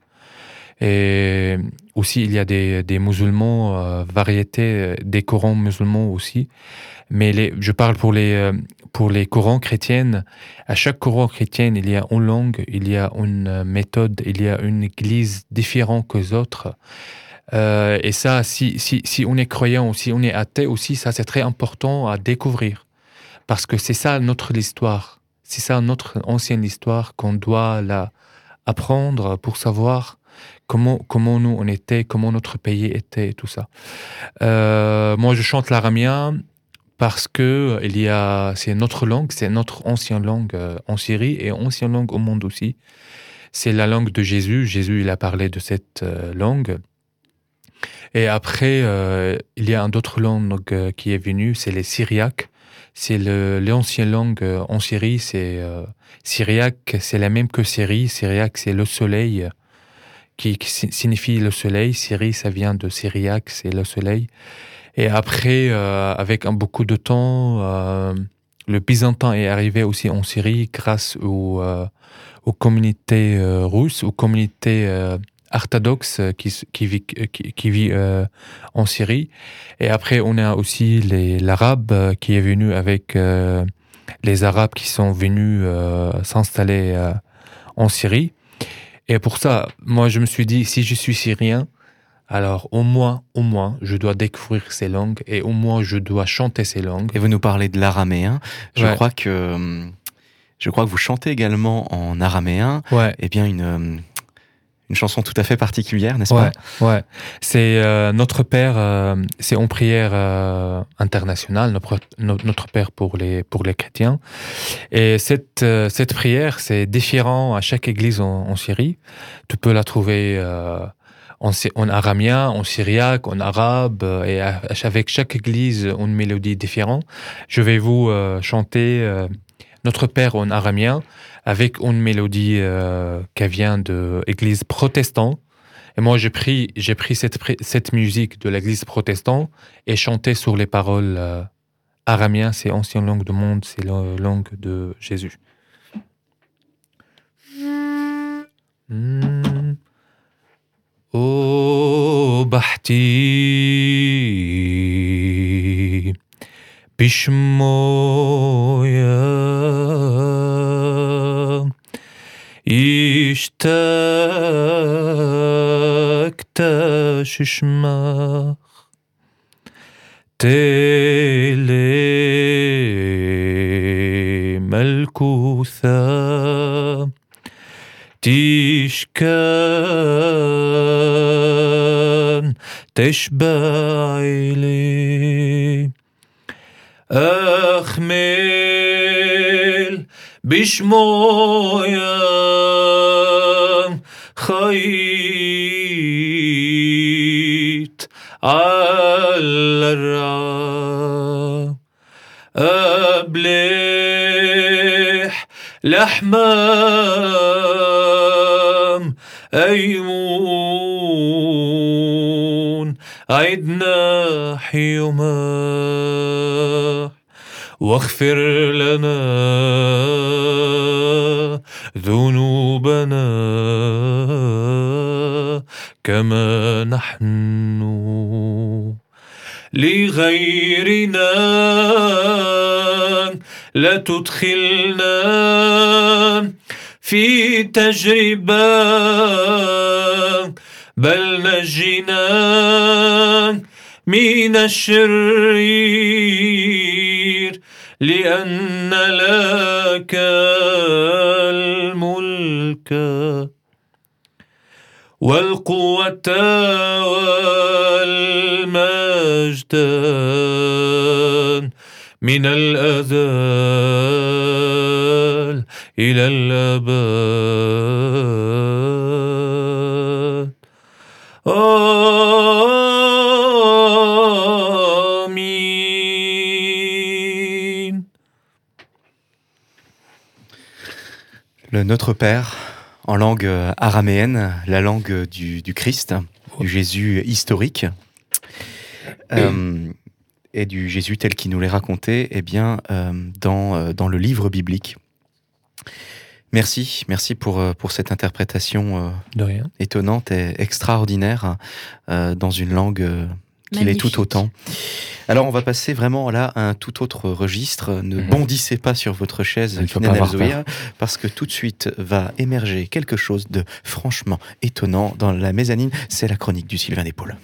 Et aussi, il y a des, des musulmans, euh, variétés, des courants musulmans aussi. Mais les, je parle pour les, euh, pour les courants chrétiennes. À chaque courant chrétien, il y a une langue, il y a une méthode, il y a une église différente que les autres. Euh, et ça, si, si, si on est croyant ou si on est athée aussi, ça c'est très important à découvrir. Parce que c'est ça notre histoire. C'est ça notre ancienne histoire qu'on doit la apprendre pour savoir Comment, comment nous on était, comment notre pays était et tout ça. Euh, moi je chante l'aramien parce que il y a, c'est notre langue, c'est notre ancienne langue euh, en Syrie et ancienne langue au monde aussi. C'est la langue de Jésus. Jésus il a parlé de cette euh, langue. Et après euh, il y a une autre langue euh, qui est venue, c'est les syriaques. C'est le, l'ancienne langue euh, en Syrie, c'est euh, syriaque, c'est la même que Syrie. Syriaque c'est le soleil. Qui, qui signifie le soleil. Syrie, ça vient de syriaque, c'est le soleil. Et après, euh, avec un, beaucoup de temps, euh, le byzantin est arrivé aussi en Syrie grâce aux, euh, aux communautés euh, russes, aux communautés euh, orthodoxes qui, qui vit, qui, qui vit euh, en Syrie. Et après, on a aussi les, l'arabe qui est venu avec euh, les Arabes qui sont venus euh, s'installer euh, en Syrie. Et pour ça, moi, je me suis dit, si je suis syrien, alors au moins, au moins, je dois découvrir ces langues et au moins, je dois chanter ces langues. Et vous nous parlez de l'araméen. Je Ouais. crois que je crois que vous chantez également en araméen. Ouais. Eh bien, une une chanson tout à fait particulière, n'est-ce Ouais, pas ? ouais. C'est euh, notre Père, euh, c'est en prière euh, internationale, notre, notre Père pour les, pour les chrétiens. Et cette, euh, cette prière, c'est différent à chaque église en, en Syrie. Tu peux la trouver euh, en, en araméen, en syriaque, en arabe, et à, avec chaque église, une mélodie différente. Je vais vous euh, chanter euh, notre Père en araméen, avec une mélodie euh, qui vient de l'église protestante. Et moi, j'ai pris, j'ai pris cette, cette musique de l'église protestante et chanté sur les paroles euh, araméennes. C'est l'ancienne langue du monde, c'est la langue de Jésus. Mm. Oh, bahti bishmoya اشتقت ششمخ تيلي ملكوثا تشكان تشبع لي أخمل بشمويا خيط على الرعب أبلح لحمام أيمون عدنا حيوماح واغفر لنا ذنوبنا كما نحن لغيرنا لا تدخلنا في تجربة بل نجنا من الشرير لأن لك الملك والقوة والمجد من الأزل إلى الأبد آمين. Le Notre Père, en langue araméenne, la langue du, du Christ, du Jésus historique, euh, et du Jésus tel qu'il nous l'est raconté, eh bien, euh, dans, euh, dans le livre biblique. Merci, merci pour, pour cette interprétation euh, De rien. étonnante et extraordinaire euh, dans une langue euh, qui l'est tout autant. Alors, on va passer vraiment là à un tout autre registre. Ne Mhm. bondissez pas sur votre chaise, Il faut Finan pas avoir Elzouia, parce que tout de suite va émerger quelque chose de franchement étonnant dans la mezzanine. C'est la chronique du Sylvain Despaul.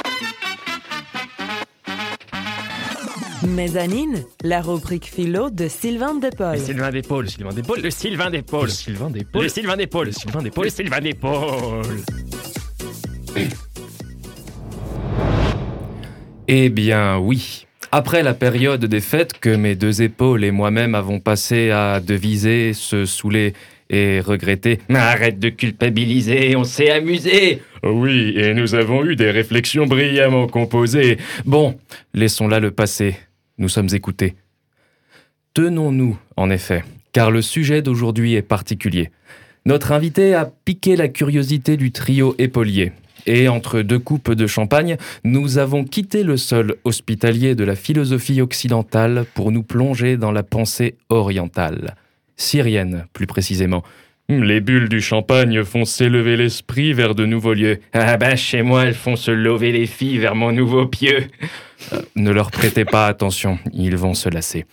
Mezzanine, la rubrique philo de Sylvain Despaul. Le Sylvain d'Épaule, le Sylvain d'Épaule, le Sylvain d'Épaule, le Sylvain d'Épaule, le Sylvain d'Épaule, le Sylvain d'Épaule, le Sylvain d'Épaule. Eh bien oui. Après la période des fêtes que mes deux épaules et moi-même avons passé à deviser, se saouler et regretter. Arrête de culpabiliser, on s'est amusé. Oui, et nous avons eu des réflexions brillamment composées. Bon, laissons là le passé. Nous sommes écoutés. Tenons-nous, en effet, car le sujet d'aujourd'hui est particulier. Notre invité a piqué la curiosité du trio épaulier. Et entre deux coupes de champagne, nous avons quitté le sol hospitalier de la philosophie occidentale pour nous plonger dans la pensée orientale. Syrienne, plus précisément. Les bulles du champagne font s'élever l'esprit vers de nouveaux lieux. Ah ben chez moi, elles font se lever les filles vers mon nouveau pieu. Euh, ne leur prêtez pas attention, ils vont se lasser.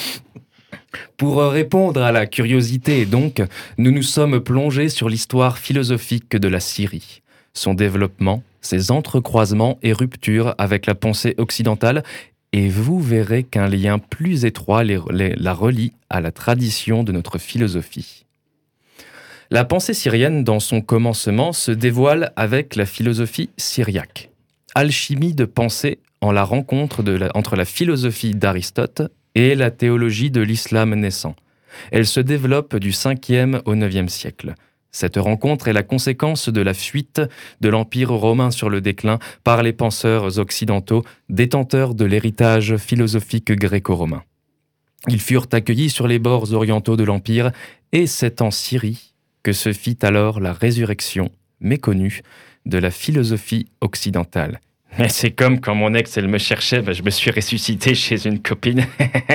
Pour répondre à la curiosité, donc, nous nous sommes plongés sur l'histoire philosophique de la Syrie, son développement, ses entrecroisements et ruptures avec la pensée occidentale, et vous verrez qu'un lien plus étroit les, les, la relie à la tradition de notre philosophie. La pensée syrienne, dans son commencement, se dévoile avec la philosophie syriaque. Alchimie de pensée en la rencontre de la, entre la philosophie d'Aristote et la théologie de l'islam naissant. Elle se développe du cinquième au neuvième siècle. Cette rencontre est la conséquence de la fuite de l'Empire romain sur le déclin par les penseurs occidentaux, détenteurs de l'héritage philosophique gréco-romain. Ils furent accueillis sur les bords orientaux de l'Empire, et c'est en Syrie que se fit alors la résurrection, méconnue, de la philosophie occidentale. Mais c'est comme quand mon ex, elle me cherchait, ben je me suis ressuscité chez une copine.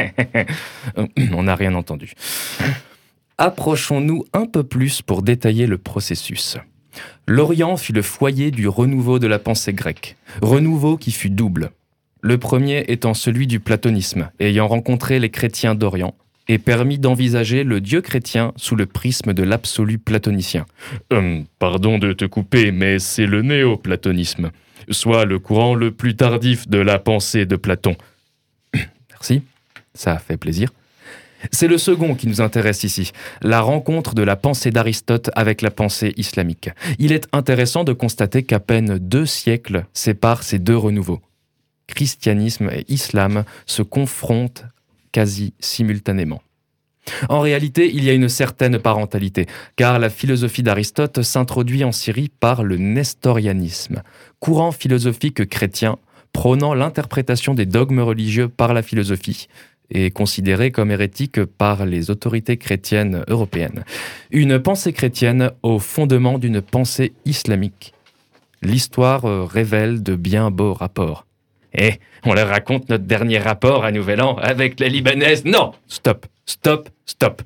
On n'a rien entendu. Approchons-nous un peu plus pour détailler le processus. L'Orient fut le foyer du renouveau de la pensée grecque, renouveau qui fut double. Le premier étant celui du platonisme, ayant rencontré les chrétiens d'Orient, et permis d'envisager le Dieu chrétien sous le prisme de l'absolu platonicien. Hum, pardon de te couper, mais c'est le néo-platonisme, soit le courant le plus tardif de la pensée de Platon. Merci, ça fait plaisir. C'est le second qui nous intéresse ici, la rencontre de la pensée d'Aristote avec la pensée islamique. Il est intéressant de constater qu'à peine deux siècles séparent ces deux renouveaux. christianisme et islam se confrontent quasi simultanément. En réalité, il y a une certaine parentalité, car la philosophie d'Aristote s'introduit en Syrie par le nestorianisme, courant philosophique chrétien prônant l'interprétation des dogmes religieux par la philosophie, et considéré comme hérétique par les autorités chrétiennes européennes. Une pensée chrétienne au fondement d'une pensée islamique. L'histoire révèle de bien beaux rapports. Eh, on leur raconte notre dernier rapport à Nouvel An avec la Libanaise. Non, stop, stop, stop.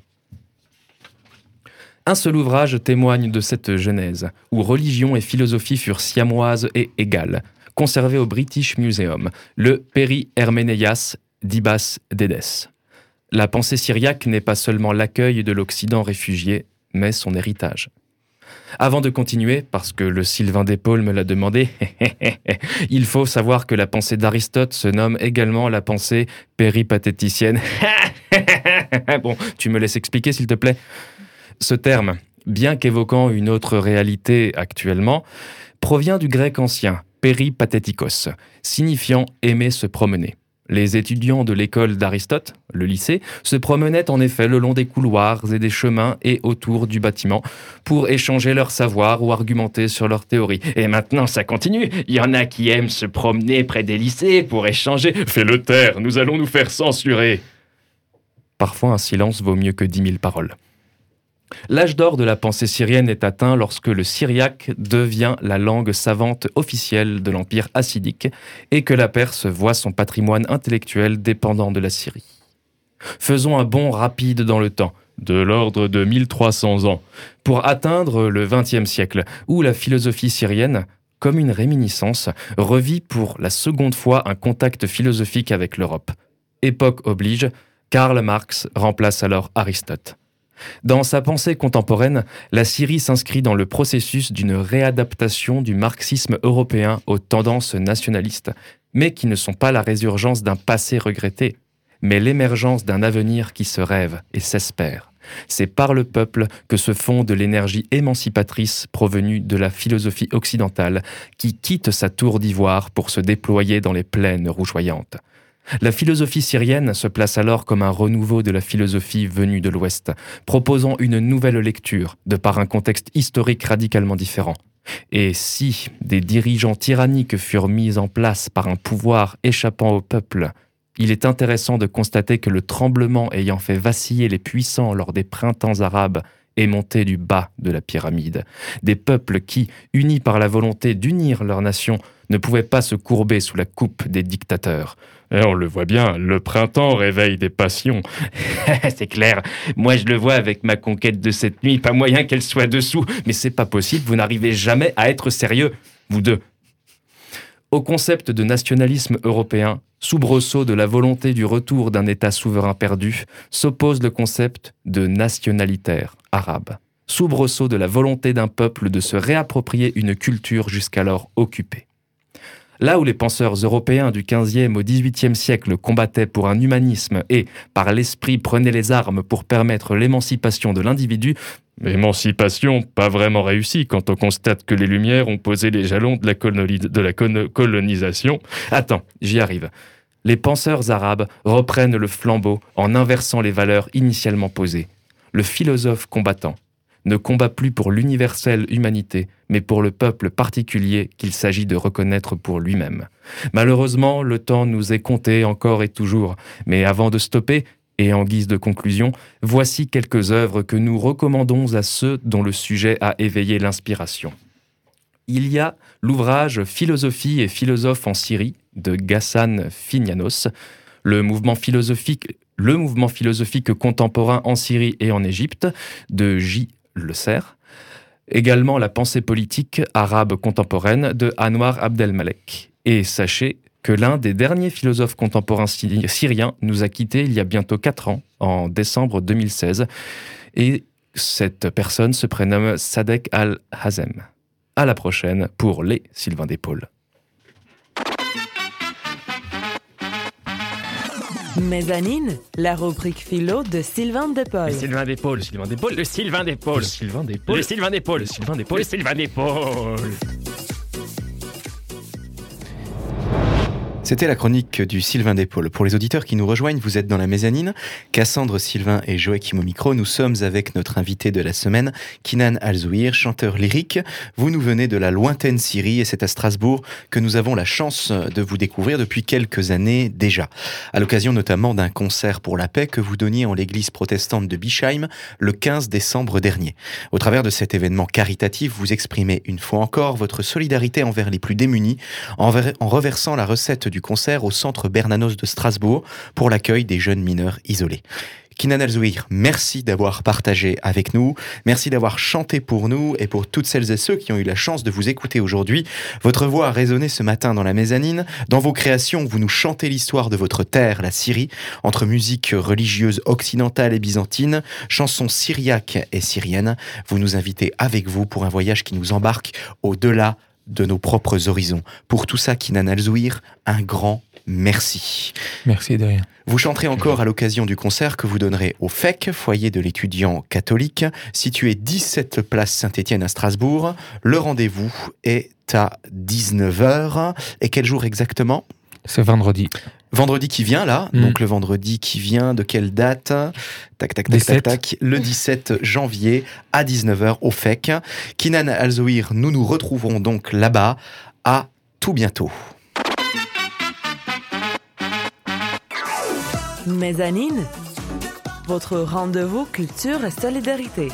Un seul ouvrage témoigne de cette genèse, où religion et philosophie furent siamoises et égales, conservé au British Museum, le Peri Herménéas d'Ibas Dédès. La pensée syriaque n'est pas seulement l'accueil de l'Occident réfugié, mais son héritage. Avant de continuer, parce que le Sylvain d'Épaule me l'a demandé, il faut savoir que la pensée d'Aristote se nomme également la pensée péripatéticienne. Bon, tu me laisses expliquer s'il te plaît. Ce terme, bien qu'évoquant une autre réalité actuellement, provient du grec ancien, péripatétikos, signifiant aimer se promener. Les étudiants de l'école d'Aristote, le lycée, se promenaient en effet le long des couloirs et des chemins et autour du bâtiment pour échanger leur savoir ou argumenter sur leur théorie. Et maintenant, ça continue. Il y en a qui aiment se promener près des lycées pour échanger. Fais-le taire, nous allons nous faire censurer. Parfois, un silence vaut mieux que dix mille paroles. L'âge d'or de la pensée syrienne est atteint lorsque le syriaque devient la langue savante officielle de l'Empire hassidique et que la Perse voit son patrimoine intellectuel dépendant de la Syrie. Faisons un bond rapide dans le temps, de l'ordre de mille trois cents ans, pour atteindre le vingtième siècle, où la philosophie syrienne, comme une réminiscence, revit pour la seconde fois un contact philosophique avec l'Europe. Époque oblige, Karl Marx remplace alors Aristote. Dans sa pensée contemporaine, la Syrie s'inscrit dans le processus d'une réadaptation du marxisme européen aux tendances nationalistes, mais qui ne sont pas la résurgence d'un passé regretté, mais l'émergence d'un avenir qui se rêve et s'espère. C'est par le peuple que se fonde l'énergie émancipatrice provenue de la philosophie occidentale, qui quitte sa tour d'ivoire pour se déployer dans les plaines rougeoyantes. La philosophie syrienne se place alors comme un renouveau de la philosophie venue de l'Ouest, proposant une nouvelle lecture de par un contexte historique radicalement différent. Et si des dirigeants tyranniques furent mis en place par un pouvoir échappant au peuple, il est intéressant de constater que le tremblement ayant fait vaciller les puissants lors des printemps arabes est monté du bas de la pyramide. Des peuples qui, unis par la volonté d'unir leur nation, ne pouvaient pas se courber sous la coupe des dictateurs. Et on le voit bien, le printemps réveille des passions. C'est clair, moi je le vois avec ma conquête de cette nuit, pas moyen qu'elle soit dessous, mais c'est pas possible, vous n'arrivez jamais à être sérieux, vous deux. Au concept de nationalisme européen, soubresaut de la volonté du retour d'un État souverain perdu, s'oppose le concept de nationalitaire arabe. Soubresaut de la volonté d'un peuple de se réapproprier une culture jusqu'alors occupée. Là où les penseurs européens du quinzième au dix-huitième siècle combattaient pour un humanisme et, par l'esprit, prenaient les armes pour permettre l'émancipation de l'individu, émancipation pas vraiment réussie quand on constate que les Lumières ont posé les jalons de la, coloni- de la con- colonisation. Attends, j'y arrive. Les penseurs arabes reprennent le flambeau en inversant les valeurs initialement posées. Le philosophe combattant ne combat plus pour l'universelle humanité, mais pour le peuple particulier qu'il s'agit de reconnaître pour lui-même. Malheureusement, le temps nous est compté encore et toujours, mais avant de stopper, et en guise de conclusion, voici quelques œuvres que nous recommandons à ceux dont le sujet a éveillé l'inspiration. Il y a l'ouvrage « Philosophie et philosophes en Syrie » de Ghassan Finianos, le mouvement philosophique, le mouvement philosophique contemporain en Syrie et en Égypte de J. Le Serre, également la pensée politique arabe contemporaine de Anwar Abdelmalek. Et sachez que l'un des derniers philosophes contemporains syriens nous a quittés il y a bientôt quatre ans, en décembre deux mille seize, et cette personne se prénomme Sadek Al-Hazem. À la prochaine pour les Sylvains d'Épaule. Mezzanine, la rubrique philo de Sylvain d'Épaule. Le Sylvain d'Épaule, Sylvain d'Épaule, le Sylvain d'Épaule, le Sylvain d'Épaule, le Sylvain d'Épaule, le Sylvain d'Épaule, le Sylvain d'Épaule. C'était la chronique du Sylvain d'Épaule. Pour les auditeurs qui nous rejoignent, vous êtes dans la mezzanine. Cassandre, Sylvain et Joachim au micro. Nous sommes avec notre invité de la semaine, Kinan Alzouir, chanteur lyrique. Vous nous venez de la lointaine Syrie et c'est à Strasbourg que nous avons la chance de vous découvrir depuis quelques années déjà. À l'occasion notamment d'un concert pour la paix que vous donniez en l'église protestante de Bischheim le quinze décembre dernier. Au travers de cet événement caritatif, vous exprimez une fois encore votre solidarité envers les plus démunis en, ver- en reversant la recette du concert au centre Bernanos de Strasbourg pour l'accueil des jeunes mineurs isolés. Kinan Alzouir, merci d'avoir partagé avec nous, merci d'avoir chanté pour nous et pour toutes celles et ceux qui ont eu la chance de vous écouter aujourd'hui. Votre voix a résonné ce matin dans la mezzanine. Dans vos créations, vous nous chantez l'histoire de votre terre, la Syrie, entre musique religieuse occidentale et byzantine, chansons syriaques et syriennes. Vous nous invitez avec vous pour un voyage qui nous embarque au-delà de nos propres horizons. Pour tout ça, Kinan Alzouir, un grand merci. Merci de rien. Vous chanterez encore à l'occasion du concert que vous donnerez au F E C, foyer de l'étudiant catholique, situé dix-sept place Saint-Étienne à Strasbourg. Le rendez-vous est à dix-neuf heures. Et quel jour exactement ? C'est vendredi. Vendredi qui vient, là. Mm. Donc le vendredi qui vient, de quelle date ? Tac, tac, tac, dix-sept. tac, tac. Le dix-sept janvier à dix-neuf heures au F E C. Kinan Alzouir, nous nous retrouverons donc là-bas. À tout bientôt. Mezzanine, votre rendez-vous culture et solidarité.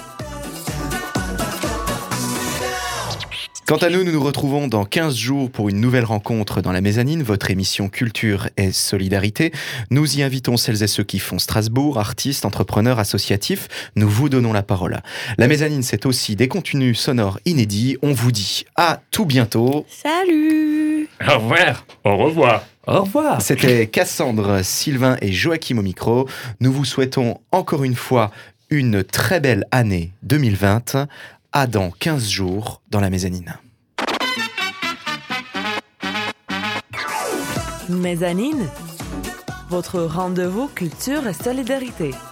Quant à nous, nous nous retrouvons dans quinze jours pour une nouvelle rencontre dans la mezzanine, votre émission Culture et Solidarité. Nous y invitons celles et ceux qui font Strasbourg, artistes, entrepreneurs, associatifs. Nous vous donnons la parole. La mezzanine, c'est aussi des contenus sonores inédits. On vous dit à tout bientôt. Salut! Au revoir. Au revoir. Au revoir. C'était Cassandre, Sylvain et Joachim au micro. Nous vous souhaitons encore une fois une très belle année deux mille vingt. À dans quinze jours dans la mezzanine. Mezzanine, votre rendez-vous culture et solidarité.